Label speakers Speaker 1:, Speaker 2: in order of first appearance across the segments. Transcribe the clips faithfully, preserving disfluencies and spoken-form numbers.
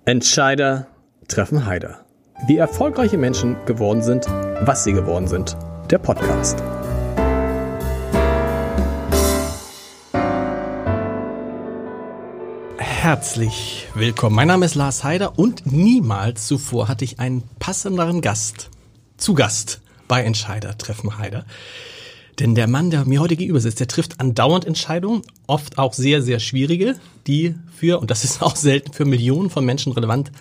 Speaker 1: Entscheider treffen Heider. Wie erfolgreiche Menschen geworden sind, was sie geworden sind. Der Podcast. Herzlich willkommen. Mein Name ist Lars Heider und niemals zuvor hatte ich einen passenderen Gast zu Gast bei Entscheider treffen Heider. Denn der Mann, der mir heute gegenüber sitzt, der trifft andauernd Entscheidungen, oft auch sehr, sehr schwierige, die für, und das ist auch selten, für Millionen von Menschen relevant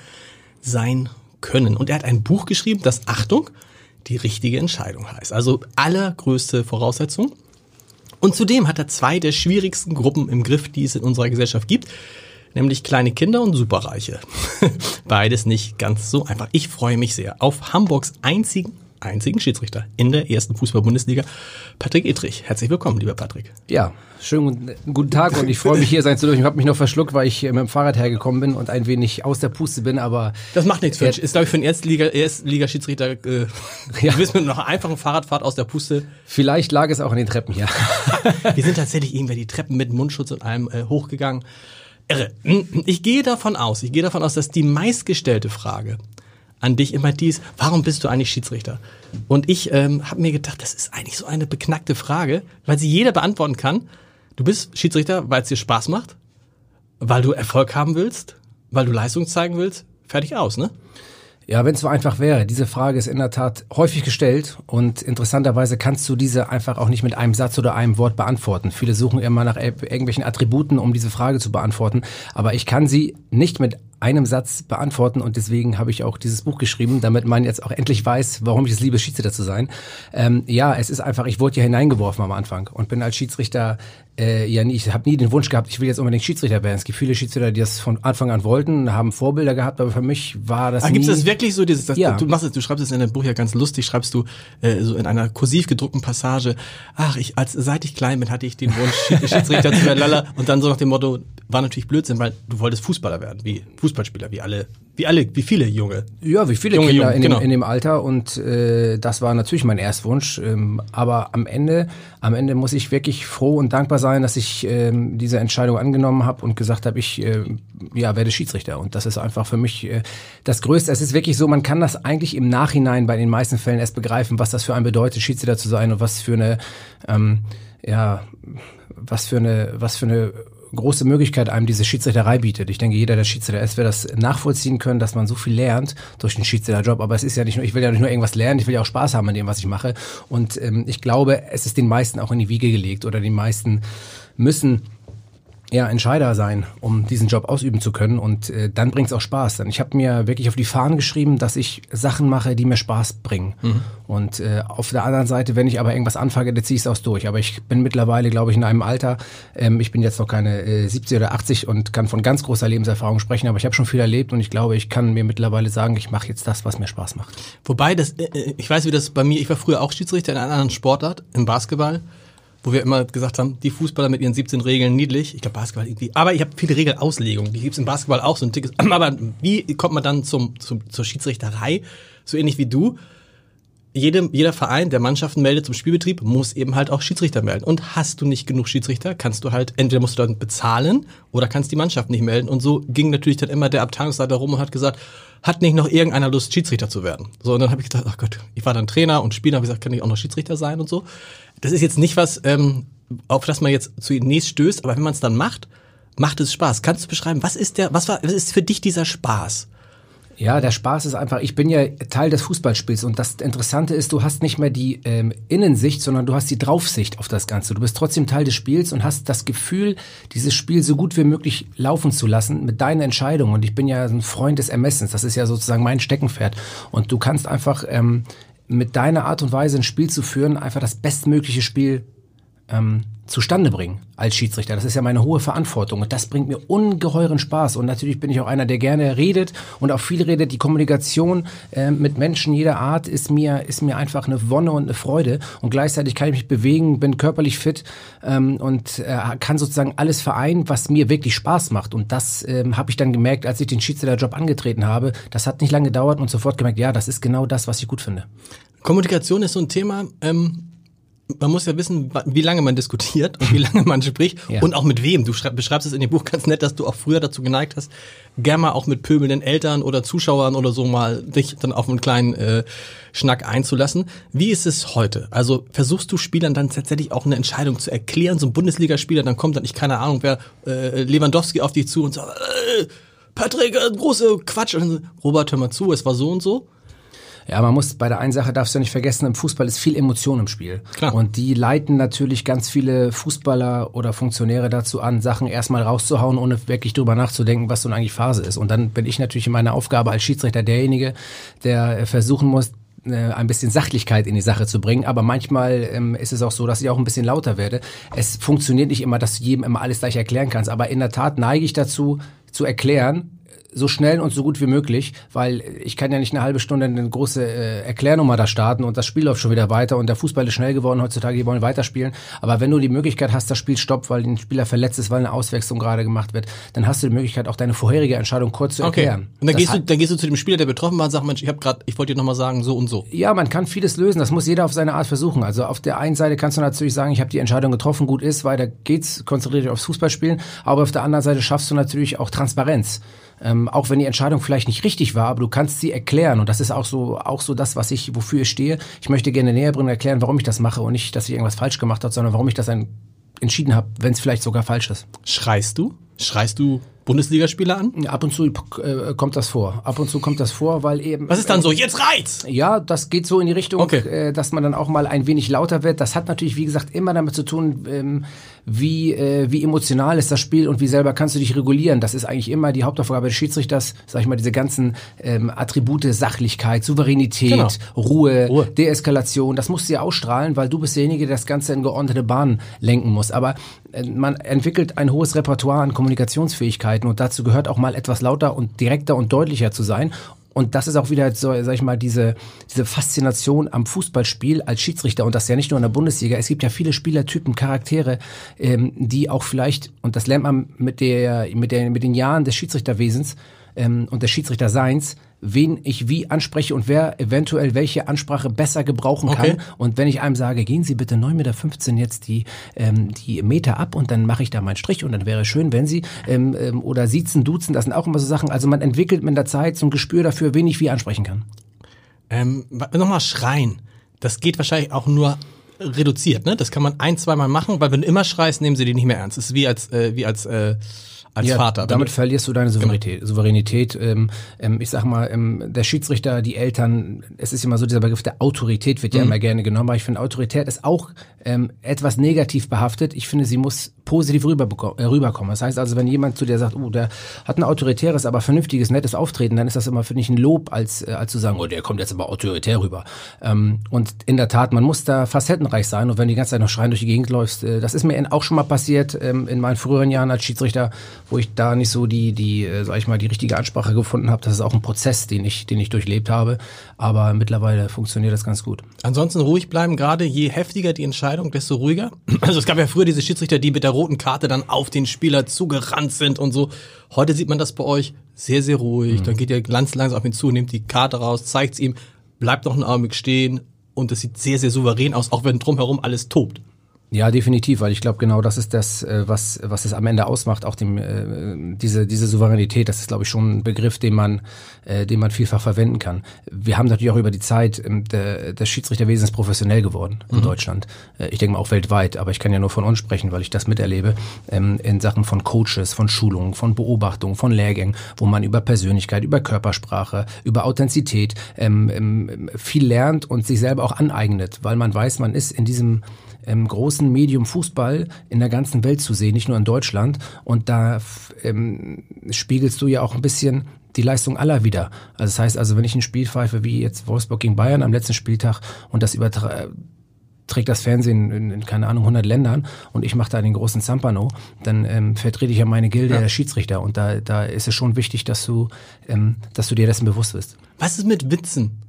Speaker 1: sein können. Und er hat ein Buch geschrieben, das, Achtung, die richtige Entscheidung heißt. Also allergrößte Voraussetzung. Und zudem hat er zwei der schwierigsten Gruppen im Griff, die es in unserer Gesellschaft gibt, nämlich kleine Kinder und Superreiche. Beides nicht ganz so einfach. Ich freue mich sehr auf Hamburgs einzigen einzigen Schiedsrichter in der ersten Fußball-Bundesliga, Patrick Ittrich. Herzlich willkommen, lieber Patrick.
Speaker 2: Ja, schönen guten Tag und ich freue mich, hier sein zu dürfen. Ich habe mich noch verschluckt, weil ich mit dem Fahrrad hergekommen bin und ein wenig aus der Puste bin, aber...
Speaker 1: Das macht nichts. Für äh, ist, glaube ich, für einen Erstliga, Erstliga-Schiedsrichter äh, ja. Du bist mit einer einfachen Fahrradfahrt aus der Puste.
Speaker 2: Vielleicht lag es auch an den Treppen hier.
Speaker 1: Wir sind tatsächlich irgendwer die Treppen mit Mundschutz und allem äh, hochgegangen. Irre. Ich gehe davon aus, ich gehe davon aus, dass die meistgestellte Frage an dich immer dies, warum bist du eigentlich Schiedsrichter? Und ich ähm, habe mir gedacht, das ist eigentlich so eine beknackte Frage, weil sie jeder beantworten kann. Du bist Schiedsrichter, weil es dir Spaß macht, weil du Erfolg haben willst, weil du Leistung zeigen willst, fertig aus, ne?
Speaker 2: Ja, wenn es so einfach wäre. Diese Frage ist in der Tat häufig gestellt und interessanterweise kannst du diese einfach auch nicht mit einem Satz oder einem Wort beantworten. Viele suchen immer nach irgendwelchen Attributen, um diese Frage zu beantworten, aber ich kann sie nicht mit einem Satz beantworten und deswegen habe ich auch dieses Buch geschrieben, damit man jetzt auch endlich weiß, warum ich es liebe, Schiedsrichter zu sein. Ähm, ja, es ist einfach, ich wurde ja hineingeworfen am Anfang und bin als Schiedsrichter äh, ja nie, ich habe nie den Wunsch gehabt, ich will jetzt unbedingt Schiedsrichter werden. Es gibt viele Schiedsrichter, die das von Anfang an wollten, haben Vorbilder gehabt, aber für mich war das
Speaker 1: aber
Speaker 2: nie...
Speaker 1: Gibt es das wirklich so, dieses, das,
Speaker 2: ja.
Speaker 1: du machst es, du schreibst es in deinem Buch ja ganz lustig, schreibst du äh, so in einer kursiv gedruckten Passage, ach, ich als seit ich klein bin, hatte ich den Wunsch, Schiedsrichter zu werden, lala, und dann so nach dem Motto, war natürlich Blödsinn, weil du wolltest Fußballer werden, wie Fußballspieler, wie alle, wie alle, wie viele Junge.
Speaker 2: Ja, wie viele
Speaker 1: junge,
Speaker 2: Kinder
Speaker 1: junge,
Speaker 2: in,
Speaker 1: genau.
Speaker 2: dem, in dem Alter und äh, das war natürlich mein Erstwunsch, ähm, aber am Ende, am Ende muss ich wirklich froh und dankbar sein, dass ich ähm, diese Entscheidung angenommen habe und gesagt habe, ich äh, ja werde Schiedsrichter und das ist einfach für mich äh, das Größte. Es ist wirklich so, man kann das eigentlich im Nachhinein bei den meisten Fällen erst begreifen, was das für einen bedeutet, Schiedsrichter zu sein und was für eine, ähm, ja, was für eine, was für eine große Möglichkeit einem diese Schiedsrichterei bietet. Ich denke, jeder, der Schiedsrichter ist, wird das nachvollziehen können, dass man so viel lernt durch den Schiedsrichterjob. Aber es ist ja nicht nur, ich will ja nicht nur irgendwas lernen, ich will ja auch Spaß haben an dem, was ich mache. Und ähm, ich glaube, es ist den meisten auch in die Wiege gelegt oder die meisten müssen ja Entscheider sein, um diesen Job ausüben zu können und äh, dann bringt's auch Spaß. Dann ich habe mir wirklich auf die Fahnen geschrieben, dass ich Sachen mache, die mir Spaß bringen. Mhm. Und äh, auf der anderen Seite, wenn ich aber irgendwas anfange, dann ziehe ich es auch durch. Aber ich bin mittlerweile, glaube ich, in einem Alter, ähm, ich bin jetzt noch keine äh, siebzig oder achtzig und kann von ganz großer Lebenserfahrung sprechen, aber ich habe schon viel erlebt und ich glaube, ich kann mir mittlerweile sagen, ich mache jetzt das, was mir Spaß macht.
Speaker 1: Wobei, das, äh, ich weiß, wie das bei mir, ich war früher auch Schiedsrichter in einer anderen Sportart, im Basketball, wo wir immer gesagt haben, die Fußballer mit ihren siebzehn Regeln niedlich. Ich glaube Basketball irgendwie, aber ich habe viele Regelauslegungen. Die gibt's im Basketball auch so ein dickes. Aber wie kommt man dann zum, zum zur Schiedsrichterei? So ähnlich wie du. Jede, jeder Verein, der Mannschaften meldet zum Spielbetrieb, muss eben halt auch Schiedsrichter melden. Und hast du nicht genug Schiedsrichter, kannst du halt, entweder musst du dann bezahlen oder kannst die Mannschaft nicht melden. Und so ging natürlich dann immer der Abteilungsleiter rum und hat gesagt, hat nicht noch irgendeiner Lust, Schiedsrichter zu werden? So, und dann habe ich gedacht, ach Gott, ich war dann Trainer und Spieler, habe gesagt, kann ich auch noch Schiedsrichter sein und so. Das ist jetzt nicht was, ähm, auf das man jetzt zunächst stößt, aber wenn man es dann macht, macht es Spaß. Kannst du beschreiben, was ist der, was war, was ist für dich dieser Spaß?
Speaker 2: Ja, der Spaß ist einfach, ich bin ja Teil des Fußballspiels und das Interessante ist, du hast nicht mehr die ähm, Innensicht, sondern du hast die Draufsicht auf das Ganze. Du bist trotzdem Teil des Spiels und hast das Gefühl, dieses Spiel so gut wie möglich laufen zu lassen mit deiner Entscheidung. Und ich bin ja ein Freund des Ermessens, das ist ja sozusagen mein Steckenpferd. Und du kannst einfach ähm, mit deiner Art und Weise ein Spiel zu führen, einfach das bestmögliche Spiel ähm, zustande bringen als Schiedsrichter. Das ist ja meine hohe Verantwortung und das bringt mir ungeheuren Spaß. Und natürlich bin ich auch einer, der gerne redet und auch viel redet. Die Kommunikation äh, mit Menschen jeder Art ist mir ist mir einfach eine Wonne und eine Freude. Und gleichzeitig kann ich mich bewegen, bin körperlich fit ähm, und äh, kann sozusagen alles vereinen, was mir wirklich Spaß macht. Und das ähm, habe ich dann gemerkt, als ich den Schiedsrichterjob angetreten habe. Das hat nicht lange gedauert und sofort gemerkt, ja, das ist genau das, was ich gut finde.
Speaker 1: Kommunikation ist so ein Thema, ähm man muss ja wissen, wie lange man diskutiert und wie lange man spricht ja. und auch mit wem. Du schreib, beschreibst es in dem Buch ganz nett, dass du auch früher dazu geneigt hast, gerne mal auch mit pöbelnden Eltern oder Zuschauern oder so mal dich dann auf einen kleinen äh, Schnack einzulassen. Wie ist es heute? Also versuchst du Spielern dann tatsächlich auch eine Entscheidung zu erklären? So ein Bundesligaspieler, dann kommt dann, ich keine Ahnung, wer äh, Lewandowski auf dich zu und sagt, äh, Patrick, äh, große Quatsch. Und dann, Robert, hör mal zu, es war so und so.
Speaker 2: Ja, man muss bei der einen Sache, darfst du nicht vergessen, im Fußball ist viel Emotion im Spiel.
Speaker 1: Klar.
Speaker 2: Und die leiten natürlich ganz viele Fußballer oder Funktionäre dazu an, Sachen erstmal rauszuhauen, ohne wirklich drüber nachzudenken, was so eigentlich Phase ist. Und dann bin ich natürlich in meiner Aufgabe als Schiedsrichter derjenige, der versuchen muss, ein bisschen Sachlichkeit in die Sache zu bringen, aber manchmal ähm, ist es auch so, dass ich auch ein bisschen lauter werde. Es funktioniert nicht immer, dass du jedem immer alles gleich erklären kannst, aber in der Tat neige ich dazu, zu erklären, so schnell und so gut wie möglich, weil ich kann ja nicht eine halbe Stunde eine große äh, Erklärnummer da starten und das Spiel läuft schon wieder weiter und der Fußball ist schnell geworden heutzutage, die wollen weiterspielen, aber wenn du die Möglichkeit hast, das Spiel stoppt, weil ein Spieler verletzt ist, weil eine Auswechslung gerade gemacht wird, dann hast du die Möglichkeit, auch deine vorherige Entscheidung kurz zu
Speaker 1: okay.
Speaker 2: erklären.
Speaker 1: Und dann gehst, du, dann gehst du zu dem Spieler, der betroffen war und sagst, Mensch, ich habe gerade, ich wollte dir nochmal sagen, so und so.
Speaker 2: Ja, man kann vieles lösen, das muss jeder auf seine Art versuchen. Also auf der einen Seite kannst du natürlich sagen, ich habe die Entscheidung getroffen, gut ist, weiter geht's, konzentriere dich aufs Fußballspielen, aber auf der anderen Seite schaffst du natürlich auch Transparenz. Ähm, auch wenn die Entscheidung vielleicht nicht richtig war, aber du kannst sie erklären und das ist auch so auch so das, was ich wofür ich stehe. Ich möchte gerne näher bringen, erklären, warum ich das mache und nicht, dass ich irgendwas falsch gemacht habe, sondern warum ich das ein, entschieden habe, wenn es vielleicht sogar falsch ist.
Speaker 1: Schreist du? Schreist du Bundesligaspieler an?
Speaker 2: Ab und zu äh, kommt das vor. Ab und zu kommt das vor, weil eben...
Speaker 1: Was ist dann so, jetzt reizt?
Speaker 2: Ja, das geht so in die Richtung,
Speaker 1: okay.
Speaker 2: äh, dass man dann auch mal ein wenig lauter wird. Das hat natürlich, wie gesagt, immer damit zu tun, ähm, wie, äh, wie emotional ist das Spiel und wie selber kannst du dich regulieren. Das ist eigentlich immer die Hauptaufgabe des Schiedsrichters, sag ich mal, diese ganzen ähm, Attribute, Sachlichkeit, Souveränität, genau. Ruhe, Ruhe, Deeskalation, das musst du ja ausstrahlen, weil du bist derjenige, der das Ganze in geordnete Bahnen lenken muss. Aber äh, man entwickelt ein hohes Repertoire an Kommunikationsfähigkeiten und dazu gehört auch mal etwas lauter und direkter und deutlicher zu sein. Und das ist auch wieder, so, sag ich mal, diese, diese Faszination am Fußballspiel als Schiedsrichter. Und das ja nicht nur in der Bundesliga. Es gibt ja viele Spielertypen, Charaktere, ähm, die auch vielleicht, und das lernt man mit der, mit der, mit den Jahren des Schiedsrichterwesens ähm, und des Schiedsrichterseins, wen ich wie anspreche und wer eventuell welche Ansprache besser gebrauchen kann. Okay. Und wenn ich einem sage, gehen Sie bitte neun Meter fünfzehn jetzt die, ähm, die Meter ab und dann mache ich da meinen Strich und dann wäre es schön, wenn Sie, ähm, ähm, oder siezen, duzen, das sind auch immer so Sachen. Also man entwickelt mit der Zeit so ein Gespür dafür, wen ich wie ansprechen kann.
Speaker 1: Ähm, nochmal schreien. Das geht wahrscheinlich auch nur reduziert, ne? Das kann man ein, zweimal machen, weil wenn du immer schreist, nehmen sie dich nicht mehr ernst. Das ist wie als, äh, wie als, äh, als
Speaker 2: ja,
Speaker 1: Vater.
Speaker 2: Damit
Speaker 1: du,
Speaker 2: verlierst du deine Souveränität. Genau. Souveränität ähm, ähm, ich sag mal, ähm, der Schiedsrichter, die Eltern, es ist immer so, dieser Begriff der Autorität wird ja mhm. immer gerne genommen, aber ich finde, Autorität ist auch ähm, etwas negativ behaftet. Ich finde, sie muss positiv rüber, äh, rüberkommen. Das heißt also, wenn jemand zu dir sagt, oh, der hat ein autoritäres, aber vernünftiges, nettes Auftreten, dann ist das immer, finde ich, ein Lob, als, äh, als zu sagen, oh, der kommt jetzt aber autoritär rüber. Ähm, und in der Tat, man muss da facettenreich sein und wenn du die ganze Zeit noch schreien durch die Gegend läufst, äh, das ist mir auch schon mal passiert ähm, in meinen früheren Jahren als Schiedsrichter, wo ich da nicht so die, die, äh, sag ich mal, die richtige Ansprache gefunden habe. Das ist auch ein Prozess, den ich, den ich durchlebt habe. Aber mittlerweile funktioniert das ganz gut.
Speaker 1: Ansonsten ruhig bleiben, gerade je heftiger die Entscheidung, desto ruhiger. Also es gab ja früher diese Schiedsrichter, die mit der roten Karte dann auf den Spieler zugerannt sind und so. Heute sieht man das bei euch sehr, sehr ruhig. Mhm. Dann geht ihr ganz langsam auf ihn zu, nimmt die Karte raus, zeigt's ihm, bleibt noch einen Augenblick stehen und es sieht sehr, sehr souverän aus, auch wenn drumherum alles tobt.
Speaker 2: Ja, definitiv, weil ich glaube, genau das ist das, was was es am Ende ausmacht, auch dem äh, diese diese Souveränität. Das ist, glaube ich, schon ein Begriff, den man äh, den man vielfach verwenden kann. Wir haben natürlich auch über die Zeit äh, der, des Schiedsrichterwesens professionell geworden in mhm. Deutschland. Äh, ich denke mal auch weltweit, aber ich kann ja nur von uns sprechen, weil ich das miterlebe ähm, in Sachen von Coaches, von Schulungen, von Beobachtung, von Lehrgängen, wo man über Persönlichkeit, über Körpersprache, über Authentizität ähm, ähm, viel lernt und sich selber auch aneignet, weil man weiß, man ist in diesem im großen Medium Fußball in der ganzen Welt zu sehen, nicht nur in Deutschland. Und da ähm, spiegelst du ja auch ein bisschen die Leistung aller wieder. Also das heißt also, wenn ich ein Spiel pfeife wie jetzt Wolfsburg gegen Bayern am letzten Spieltag und das überträgt trägt das Fernsehen in, in, keine Ahnung, hundert Ländern und ich mache da den großen Zampano, dann ähm, vertrete ich ja meine Gilde ja. der Schiedsrichter und da, da ist es schon wichtig, dass du, ähm, dass du dir dessen bewusst bist.
Speaker 1: Was ist mit Witzen?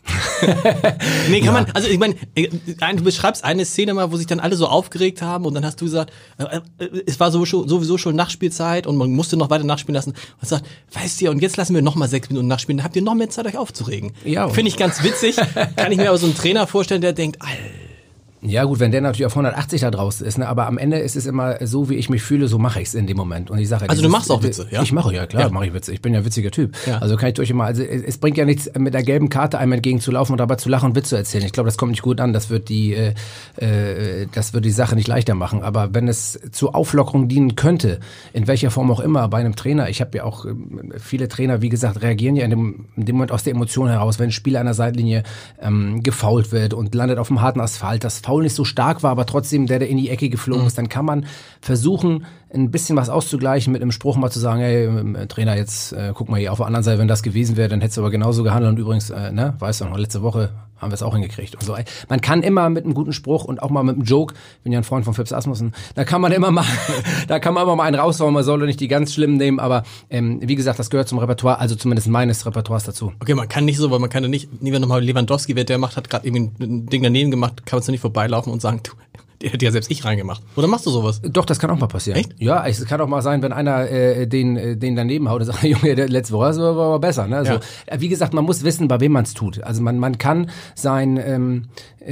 Speaker 1: nee, kann ja. man, also ich meine, du beschreibst eine Szene mal, wo sich dann alle so aufgeregt haben und dann hast du gesagt, äh, es war sowieso, sowieso schon Nachspielzeit und man musste noch weiter nachspielen lassen und sagt, weißt du, und jetzt lassen wir noch mal sechs Minuten nachspielen, dann habt ihr noch mehr Zeit, euch aufzuregen. Ja. Finde ich ganz witzig, kann ich mir aber so einen Trainer vorstellen, der denkt, Alter,
Speaker 2: Ja gut, wenn der natürlich auf hundertachtzig da draußen ist, ne? Aber am Ende ist es immer so, wie ich mich fühle, so mache ich es in dem Moment. Und ich sage,
Speaker 1: also
Speaker 2: dieses,
Speaker 1: du machst auch Witze, ja?
Speaker 2: Ich mache, ja klar,
Speaker 1: ja.
Speaker 2: mache ich Witze. Ich bin ja ein witziger Typ.
Speaker 1: Ja.
Speaker 2: Also kann ich euch immer, also es, es bringt ja nichts, mit der gelben Karte einem entgegenzulaufen und dabei zu lachen und Witze zu erzählen. Ich glaube, das kommt nicht gut an. Das wird die, äh, äh, das wird die Sache nicht leichter machen. Aber wenn es zur Auflockerung dienen könnte, in welcher Form auch immer, bei einem Trainer, ich habe ja auch äh, viele Trainer, wie gesagt, reagieren ja in dem, in dem Moment aus der Emotion heraus, wenn ein Spieler an der Seitlinie ähm, gefoult wird und landet auf dem harten Asphalt, das Foul nicht so stark war, aber trotzdem der, der in die Ecke geflogen ist, dann kann man versuchen, ein bisschen was auszugleichen mit einem Spruch mal zu sagen, hey, Trainer, jetzt äh, guck mal hier auf der anderen Seite, wenn das gewesen wäre, dann hättest du aber genauso gehandelt und übrigens, äh, ne, weißt du noch, letzte Woche haben wir es auch hingekriegt und so. Man kann immer mit einem guten Spruch und auch mal mit einem Joke, ich bin ja ein Freund von Phipps Asmussen, da kann man immer mal, da kann man immer mal einen raushauen, man soll nicht die ganz schlimmen nehmen, aber ähm, wie gesagt, das gehört zum Repertoire, also zumindest meines Repertoires dazu.
Speaker 1: Okay, man kann nicht so, weil man kann ja nicht, nie wenn nochmal Lewandowski, wer der macht, hat gerade irgendwie ein Ding daneben gemacht, kann man nicht vorbeilaufen und sagen, du, der hätte ja selbst ich reingemacht. Oder machst du sowas?
Speaker 2: Doch, das kann auch mal passieren.
Speaker 1: Echt?
Speaker 2: Ja, es kann auch mal sein, wenn einer äh, den, äh, den daneben haut und sagt, Junge, der letzte Woche war aber besser. Ne? Also, ja. Wie gesagt, man muss wissen, bei wem man es tut. Also man, man kann sein, ähm,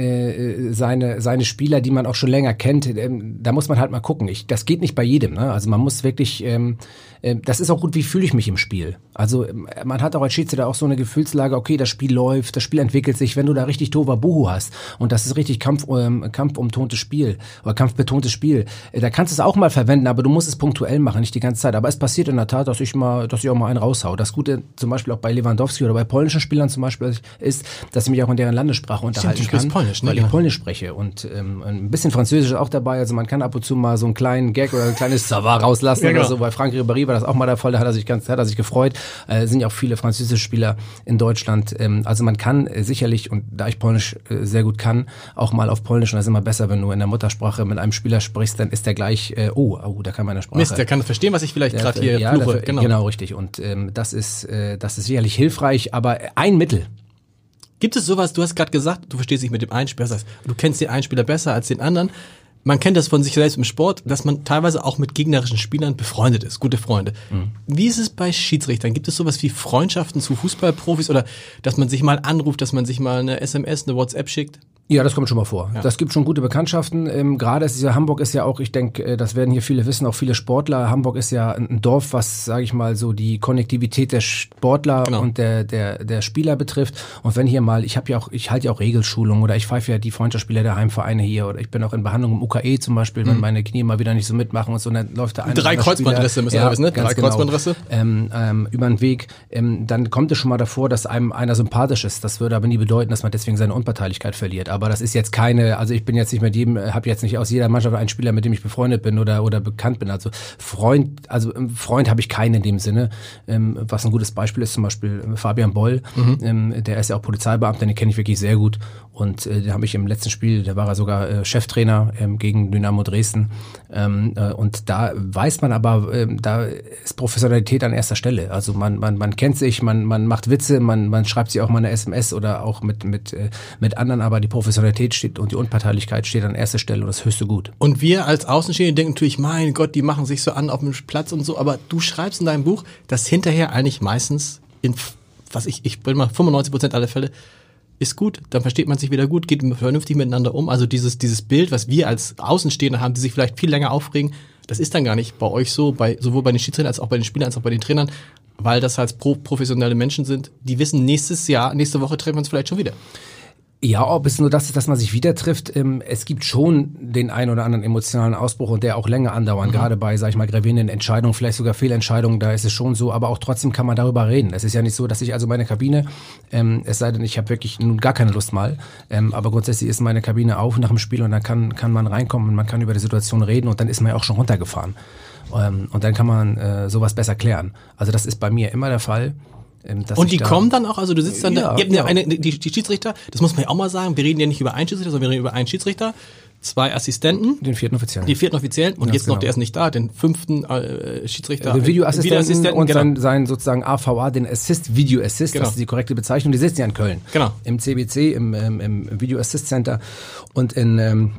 Speaker 2: äh, seine, seine Spieler, die man auch schon länger kennt, ähm, da muss man halt mal gucken. Ich, das geht nicht bei jedem. Ne? Also man muss wirklich, ähm, äh, das ist auch gut, wie fühle ich mich im Spiel. Also man hat auch als Schiedsrichter auch so eine Gefühlslage, okay, das Spiel läuft, das Spiel entwickelt sich, wenn du da richtig Tohuwabohu hast und das ist richtig Kampf, ähm, kampfumtontes Spiel oder kampfbetontes Spiel, äh, da kannst du es auch mal verwenden, aber du musst es punktuell machen, nicht die ganze Zeit. Aber es passiert in der Tat, dass ich mal, dass ich auch mal einen raushau. Das Gute zum Beispiel auch bei Lewandowski oder bei polnischen Spielern zum Beispiel ist, dass ich mich auch in deren Landessprache unterhalten
Speaker 1: Stimmt,
Speaker 2: kann,
Speaker 1: Polnisch, ne?
Speaker 2: weil ich Polnisch spreche und ähm, ein bisschen Französisch ist auch dabei. Also man kann ab und zu mal so einen kleinen Gag oder ein kleines Savoir rauslassen ja, genau. oder so. Bei Franck Ribéry war das auch mal der Fall, da hat er sich ganz, hat er sich gefreut. Äh, sind ja auch viele französische Spieler in Deutschland. Ähm, also man kann äh, sicherlich, und da ich Polnisch äh, sehr gut kann, auch mal auf Polnisch, und das ist immer besser, wenn du in der Muttersprache mit einem Spieler sprichst, dann ist der gleich, äh, oh, oh, da kann meine Sprache.
Speaker 1: Mist, der kann verstehen, was ich vielleicht gerade hier
Speaker 2: ja,
Speaker 1: fluche.
Speaker 2: Der, genau. genau, richtig. Und ähm, das ist, äh, das ist sicherlich hilfreich, aber ein Mittel.
Speaker 1: Gibt es sowas, du hast gerade gesagt, du verstehst dich mit dem einen Spieler, das heißt, du kennst den einen Spieler besser als den anderen. Man kennt das von sich selbst im Sport, dass man teilweise auch mit gegnerischen Spielern befreundet ist, gute Freunde. Mhm. Wie ist es bei Schiedsrichtern? Gibt es sowas wie Freundschaften zu Fußballprofis oder dass man sich mal anruft, dass man sich mal eine S M S, eine WhatsApp schickt?
Speaker 2: Ja, das kommt schon mal vor.
Speaker 1: Ja.
Speaker 2: Das gibt schon gute Bekanntschaften. Ähm, gerade ist ja Hamburg ist ja auch, ich denke, das werden hier viele wissen, auch viele Sportler. Hamburg ist ja ein Dorf, was, sage ich mal, so die Konnektivität der Sportler genau. und der der der Spieler betrifft. Und wenn hier mal, ich habe ja auch, ich halte ja auch Regelschulungen oder ich pfeife ja die Freundschaftsspieler der Heimvereine hier oder ich bin auch in Behandlung im U K E zum Beispiel, wenn mhm. meine Knie mal wieder nicht so mitmachen und so, dann läuft da einer.
Speaker 1: Drei Kreuzbandrisse müssen ja, wir wissen, ne? Drei
Speaker 2: genau.
Speaker 1: Kreuzbandrisse.
Speaker 2: Ähm, ähm, über den Weg. Ähm, dann kommt es schon mal davor, dass einem einer sympathisch ist. Das würde aber nie bedeuten, dass man deswegen seine Unparteilichkeit verliert. Aber das ist jetzt keine Also ich bin jetzt nicht mit jedem, habe jetzt nicht aus jeder Mannschaft einen Spieler, mit dem ich befreundet bin oder oder bekannt bin. Also Freund, also Freund habe ich keinen in dem Sinne. Ähm, was ein gutes Beispiel ist zum Beispiel Fabian Boll, mhm. ähm, der ist ja auch Polizeibeamter, den kenne ich wirklich sehr gut. Und äh, den habe ich im letzten Spiel, da war er sogar äh, Cheftrainer ähm, gegen Dynamo Dresden. Ähm, äh, und da weiß man aber, äh, da ist Professionalität an erster Stelle. Also man man man kennt sich, man man macht Witze, man man schreibt sich auch mal eine S M S oder auch mit mit äh, mit anderen, aber die Professionalität steht und die Unparteilichkeit steht an erster Stelle und das höchste Gut.
Speaker 1: Und wir als Außenstehende denken natürlich, mein Gott, die machen sich so an auf dem Platz und so, aber du schreibst in deinem Buch, dass hinterher eigentlich meistens in, was ich, ich bin mal fünfundneunzig Prozent aller Fälle, ist gut, dann versteht man sich wieder gut, geht vernünftig miteinander um. Also dieses, dieses Bild, was wir als Außenstehende haben, die sich vielleicht viel länger aufregen, das ist dann gar nicht bei euch so, bei, sowohl bei den Schiedsrichtern als auch bei den Spielern als auch bei den Trainern, weil das halt pro, professionelle Menschen sind, die wissen, nächstes Jahr, nächste Woche treffen wir uns vielleicht schon wieder.
Speaker 2: Ja, ob es nur das ist, dass man sich wieder trifft. Ähm, es gibt schon den einen oder anderen emotionalen Ausbruch und der auch länger andauern. Mhm. Gerade bei, sag ich mal, gravierenden Entscheidungen, vielleicht sogar Fehlentscheidungen, da ist es schon so. Aber auch trotzdem kann man darüber reden. Es ist ja nicht so, dass ich also meine Kabine, ähm, es sei denn, ich habe wirklich nun gar keine Lust mal. Ähm, aber grundsätzlich ist meine Kabine auf nach dem Spiel und dann kann kann man reinkommen und man kann über die Situation reden und dann ist man ja auch schon runtergefahren. Ähm, und dann kann man äh, sowas besser klären. Also das ist bei mir immer der Fall.
Speaker 1: Und die da kommen dann auch, also du sitzt dann
Speaker 2: ja,
Speaker 1: da, ihr habt ja
Speaker 2: ja.
Speaker 1: eine, die, die Schiedsrichter, das muss man ja auch mal sagen, wir reden ja nicht über einen Schiedsrichter, sondern wir reden über einen Schiedsrichter, zwei Assistenten.
Speaker 2: Den vierten Offiziellen.
Speaker 1: Die vierten Offiziellen und
Speaker 2: Ganz
Speaker 1: jetzt noch,
Speaker 2: genau.
Speaker 1: der ist nicht da, den fünften äh, Schiedsrichter.
Speaker 2: Den Videoassistenten, Videoassistenten und
Speaker 1: genau.
Speaker 2: sein, sein sozusagen A V A, den Assist, Video Assist,
Speaker 1: genau.
Speaker 2: das ist die korrekte Bezeichnung, die sitzen ja in Köln.
Speaker 1: Genau.
Speaker 2: Im C B C, im, im, im Video Assist Center und in... Ähm,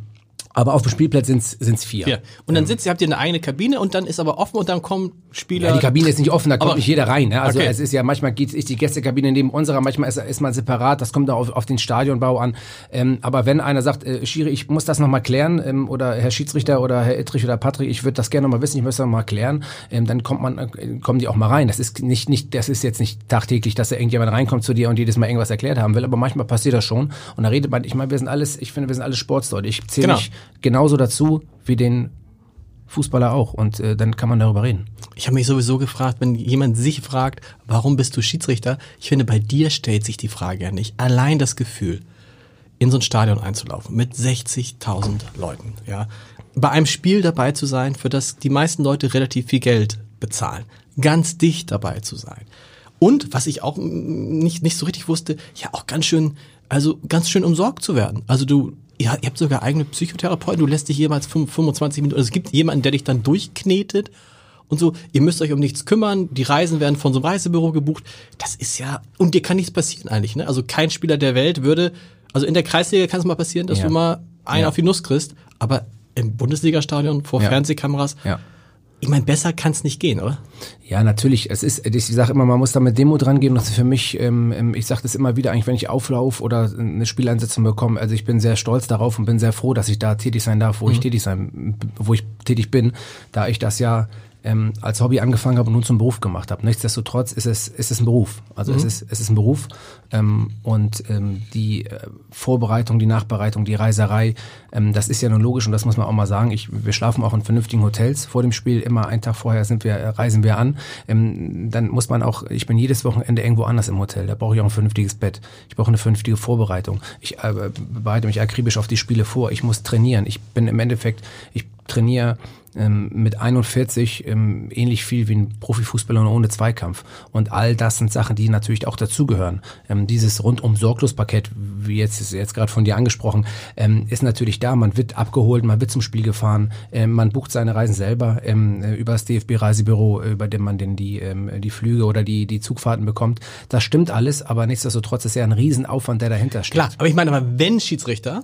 Speaker 2: Aber auf dem Spielplatz sind es vier.
Speaker 1: Ja. Und dann sitzt ihr, habt ihr eine eigene Kabine und dann ist aber offen und dann kommen Spieler.
Speaker 2: Ja, die Kabine ist nicht offen, da kommt
Speaker 1: aber,
Speaker 2: nicht jeder rein. Ne? Also
Speaker 1: okay.
Speaker 2: es ist ja, manchmal geht ist die Gästekabine neben unserer, manchmal ist, ist man separat, das kommt auch auf, auf den Stadionbau an. Ähm, aber wenn einer sagt, äh, Schiri, ich muss das nochmal klären, ähm, oder Herr Schiedsrichter oder Herr Ittrich oder Patrick, ich würde das gerne nochmal wissen, ich möchte das nochmal klären, ähm, dann kommt man, äh, kommen die auch mal rein. Das ist nicht, nicht, das ist jetzt nicht tagtäglich, dass da irgendjemand reinkommt zu dir und jedes Mal irgendwas erklärt haben will, aber manchmal passiert das schon. Und da redet man, ich meine, wir sind alles, ich finde, wir sind alle Sportsleute. Ich zähle
Speaker 1: genau.
Speaker 2: mich genauso dazu wie den Fußballer auch und äh, dann kann man darüber reden.
Speaker 1: Ich habe mich sowieso gefragt, wenn jemand sich fragt, warum bist du Schiedsrichter? Ich finde, bei dir stellt sich die Frage ja nicht. Allein das Gefühl, in so ein Stadion einzulaufen mit sechzigtausend Leuten, ja, bei einem Spiel dabei zu sein, für das die meisten Leute relativ viel Geld bezahlen, ganz dicht dabei zu sein. Und, was ich auch nicht, nicht so richtig wusste, ja auch ganz schön, also ganz schön umsorgt zu werden. Also du Ja, ihr habt sogar eigene Psychotherapeuten, du lässt dich jeweils fünfundzwanzig Minuten, also es gibt jemanden, der dich dann durchknetet und so, ihr müsst euch um nichts kümmern, die Reisen werden von so einem Reisebüro gebucht, das ist ja, und dir kann nichts passieren eigentlich, ne? Also kein Spieler der Welt würde, also in der Kreisliga kann es mal passieren, dass
Speaker 2: ja.
Speaker 1: du mal einen
Speaker 2: ja.
Speaker 1: auf die Nuss kriegst, aber im Bundesligastadion vor
Speaker 2: ja.
Speaker 1: Fernsehkameras,
Speaker 2: ja.
Speaker 1: ich meine, besser kann es nicht gehen, oder?
Speaker 2: Ja, natürlich. Es ist, ich sage immer, man muss da mit Demo dran gehen. Das ist für mich, ähm, ich sage das immer wieder, eigentlich, wenn ich auflaufe oder eine Spieleinsetzung bekomme. Also ich bin sehr stolz darauf und bin sehr froh, dass ich da tätig sein darf, wo mhm. ich tätig sein, wo ich tätig bin, da ich das ja ähm, als Hobby angefangen habe und nun zum Beruf gemacht habe. Nichtsdestotrotz ist es, ist es ein Beruf. Also mhm. es ist, es ist ein Beruf ähm, und ähm, die äh, Vorbereitung, die Nachbereitung, die Reiserei, ähm, das ist ja nun logisch und das muss man auch mal sagen. Ich, wir schlafen auch in vernünftigen Hotels vor dem Spiel. Immer einen Tag vorher sind wir, reisen wir an. Ähm, dann muss man auch, ich bin jedes Wochenende irgendwo anders im Hotel. Da brauche ich auch ein vernünftiges Bett. Ich brauche eine vernünftige Vorbereitung. Ich äh, bereite mich akribisch auf die Spiele vor. Ich muss trainieren. Ich bin im Endeffekt, ich trainiere ähm, mit einundvierzig ähm, ähnlich viel wie ein Profifußballer ohne Zweikampf. Und all das sind Sachen, die natürlich auch dazugehören. Ähm, dieses Rundum-Sorglos-Paket, wie jetzt, jetzt gerade von dir angesprochen, ähm, ist natürlich da. Man wird abgeholt, man wird zum Spiel gefahren, ähm, man bucht seine Reisen selber ähm, über das D F B-Reisebüro, über dem man denn die, ähm, die Flüge oder die, die Zugfahrten bekommt. Das stimmt alles, aber nichtsdestotrotz ist ja ein Riesenaufwand, der dahinter steht.
Speaker 1: Klar, aber ich meine, aber wenn Schiedsrichter,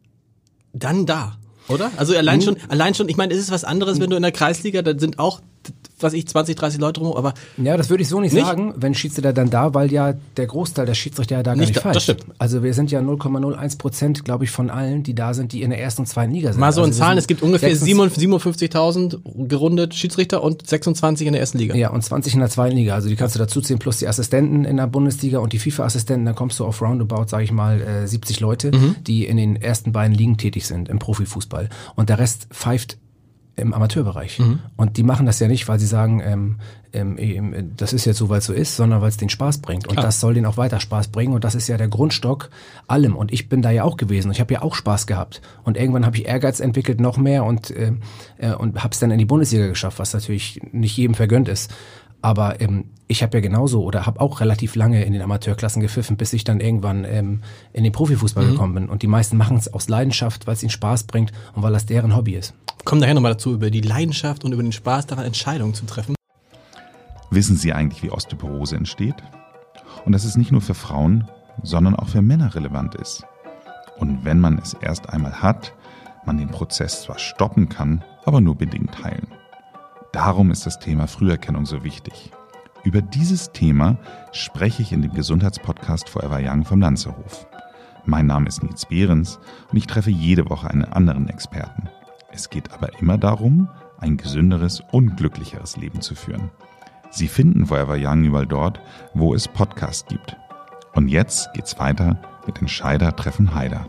Speaker 1: dann da. Oder? Also allein
Speaker 2: hm.
Speaker 1: schon, allein schon, ich meine, es ist was anderes, wenn du in der Kreisliga, da sind auch, was ich, zwanzig, dreißig Leute rum, aber...
Speaker 2: Ja, das würde ich so nicht, nicht sagen, wenn Schiedsrichter dann da, weil ja der Großteil der Schiedsrichter ja da gar nicht, nicht falsch. Das stimmt. Also wir sind ja null Komma null eins Prozent, glaube ich, von allen, die da sind, die in der ersten und zweiten Liga sind.
Speaker 1: Mal so in
Speaker 2: also
Speaker 1: Zahlen, es gibt ungefähr siebenundfünfzigtausend gerundet Schiedsrichter und sechsundzwanzig in der ersten Liga.
Speaker 2: Ja, und zwanzig in der zweiten Liga, also die kannst du dazu zählen, plus die Assistenten in der Bundesliga und die FIFA-Assistenten, dann kommst du auf roundabout, sage ich mal, äh, siebzig Leute, mhm. die in den ersten beiden Ligen tätig sind, im Profifußball. Und der Rest pfeift im Amateurbereich. Mhm. Und die machen das ja nicht, weil sie sagen, ähm, ähm, das ist jetzt so, weil es so ist, sondern weil es den Spaß bringt. Und Klar. das soll denen auch weiter Spaß bringen. Und das ist ja der Grundstock allem. Und ich bin da ja auch gewesen. Und ich habe ja auch Spaß gehabt. Und irgendwann habe ich Ehrgeiz entwickelt, noch mehr und, äh, und habe es dann in die Bundesliga geschafft, was natürlich nicht jedem vergönnt ist. Aber ähm, ich habe ja genauso oder habe auch relativ lange in den Amateurklassen gepfiffen, bis ich dann irgendwann ähm, in den Profifußball mhm. gekommen bin. Und die meisten machen es aus Leidenschaft, weil es ihnen Spaß bringt und weil das deren Hobby ist.
Speaker 1: Kommen nachher nochmal dazu, über die Leidenschaft und über den Spaß daran, Entscheidungen zu treffen.
Speaker 3: Wissen Sie eigentlich, wie Osteoporose entsteht? Und dass es nicht nur für Frauen, sondern auch für Männer relevant ist. Und wenn man es erst einmal hat, man den Prozess zwar stoppen kann, aber nur bedingt heilen. Darum ist das Thema Früherkennung so wichtig. Über dieses Thema spreche ich in dem Gesundheitspodcast Forever Young vom Lanzerhof. Mein Name ist Nils Behrens und ich treffe jede Woche einen anderen Experten. Es geht aber immer darum, ein gesünderes und glücklicheres Leben zu führen. Sie finden Forever Young überall dort, wo es Podcasts gibt. Und jetzt geht's weiter mit Entscheider treffen Heider.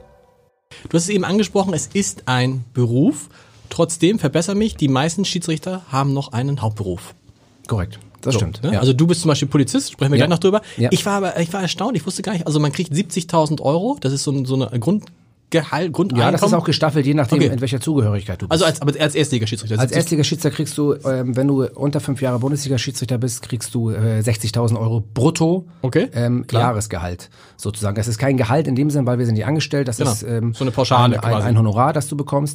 Speaker 1: Du hast es eben angesprochen, es ist ein Beruf. Trotzdem, verbessere mich, die meisten Schiedsrichter haben noch einen Hauptberuf.
Speaker 2: Korrekt, das
Speaker 1: so,
Speaker 2: stimmt.
Speaker 1: Ne?
Speaker 2: Ja.
Speaker 1: Also du bist zum Beispiel Polizist, sprechen wir ja. gleich noch drüber.
Speaker 2: Ja.
Speaker 1: Ich war aber, ich war erstaunt, ich wusste gar nicht, also man kriegt siebzigtausend Euro, das ist so, so eine Grundgehalt, Grundeinkommen.
Speaker 2: Ja, das ist auch gestaffelt, je nachdem,
Speaker 1: okay.
Speaker 2: in welcher Zugehörigkeit du bist.
Speaker 1: Also als, aber als Erstliga-Schiedsrichter?
Speaker 2: Als Erstliga-Schiedsrichter kriegst du, ähm, wenn du unter fünf Jahre Bundesliga-Schiedsrichter bist, kriegst du äh, sechzigtausend Euro brutto
Speaker 1: okay.
Speaker 2: ähm, Jahresgehalt sozusagen. Das ist kein Gehalt in dem Sinn, weil wir sind nicht angestellt, das
Speaker 1: genau.
Speaker 2: ist ähm,
Speaker 1: so eine Pauschale
Speaker 2: ein, ein, ein Honorar, das du bekommst.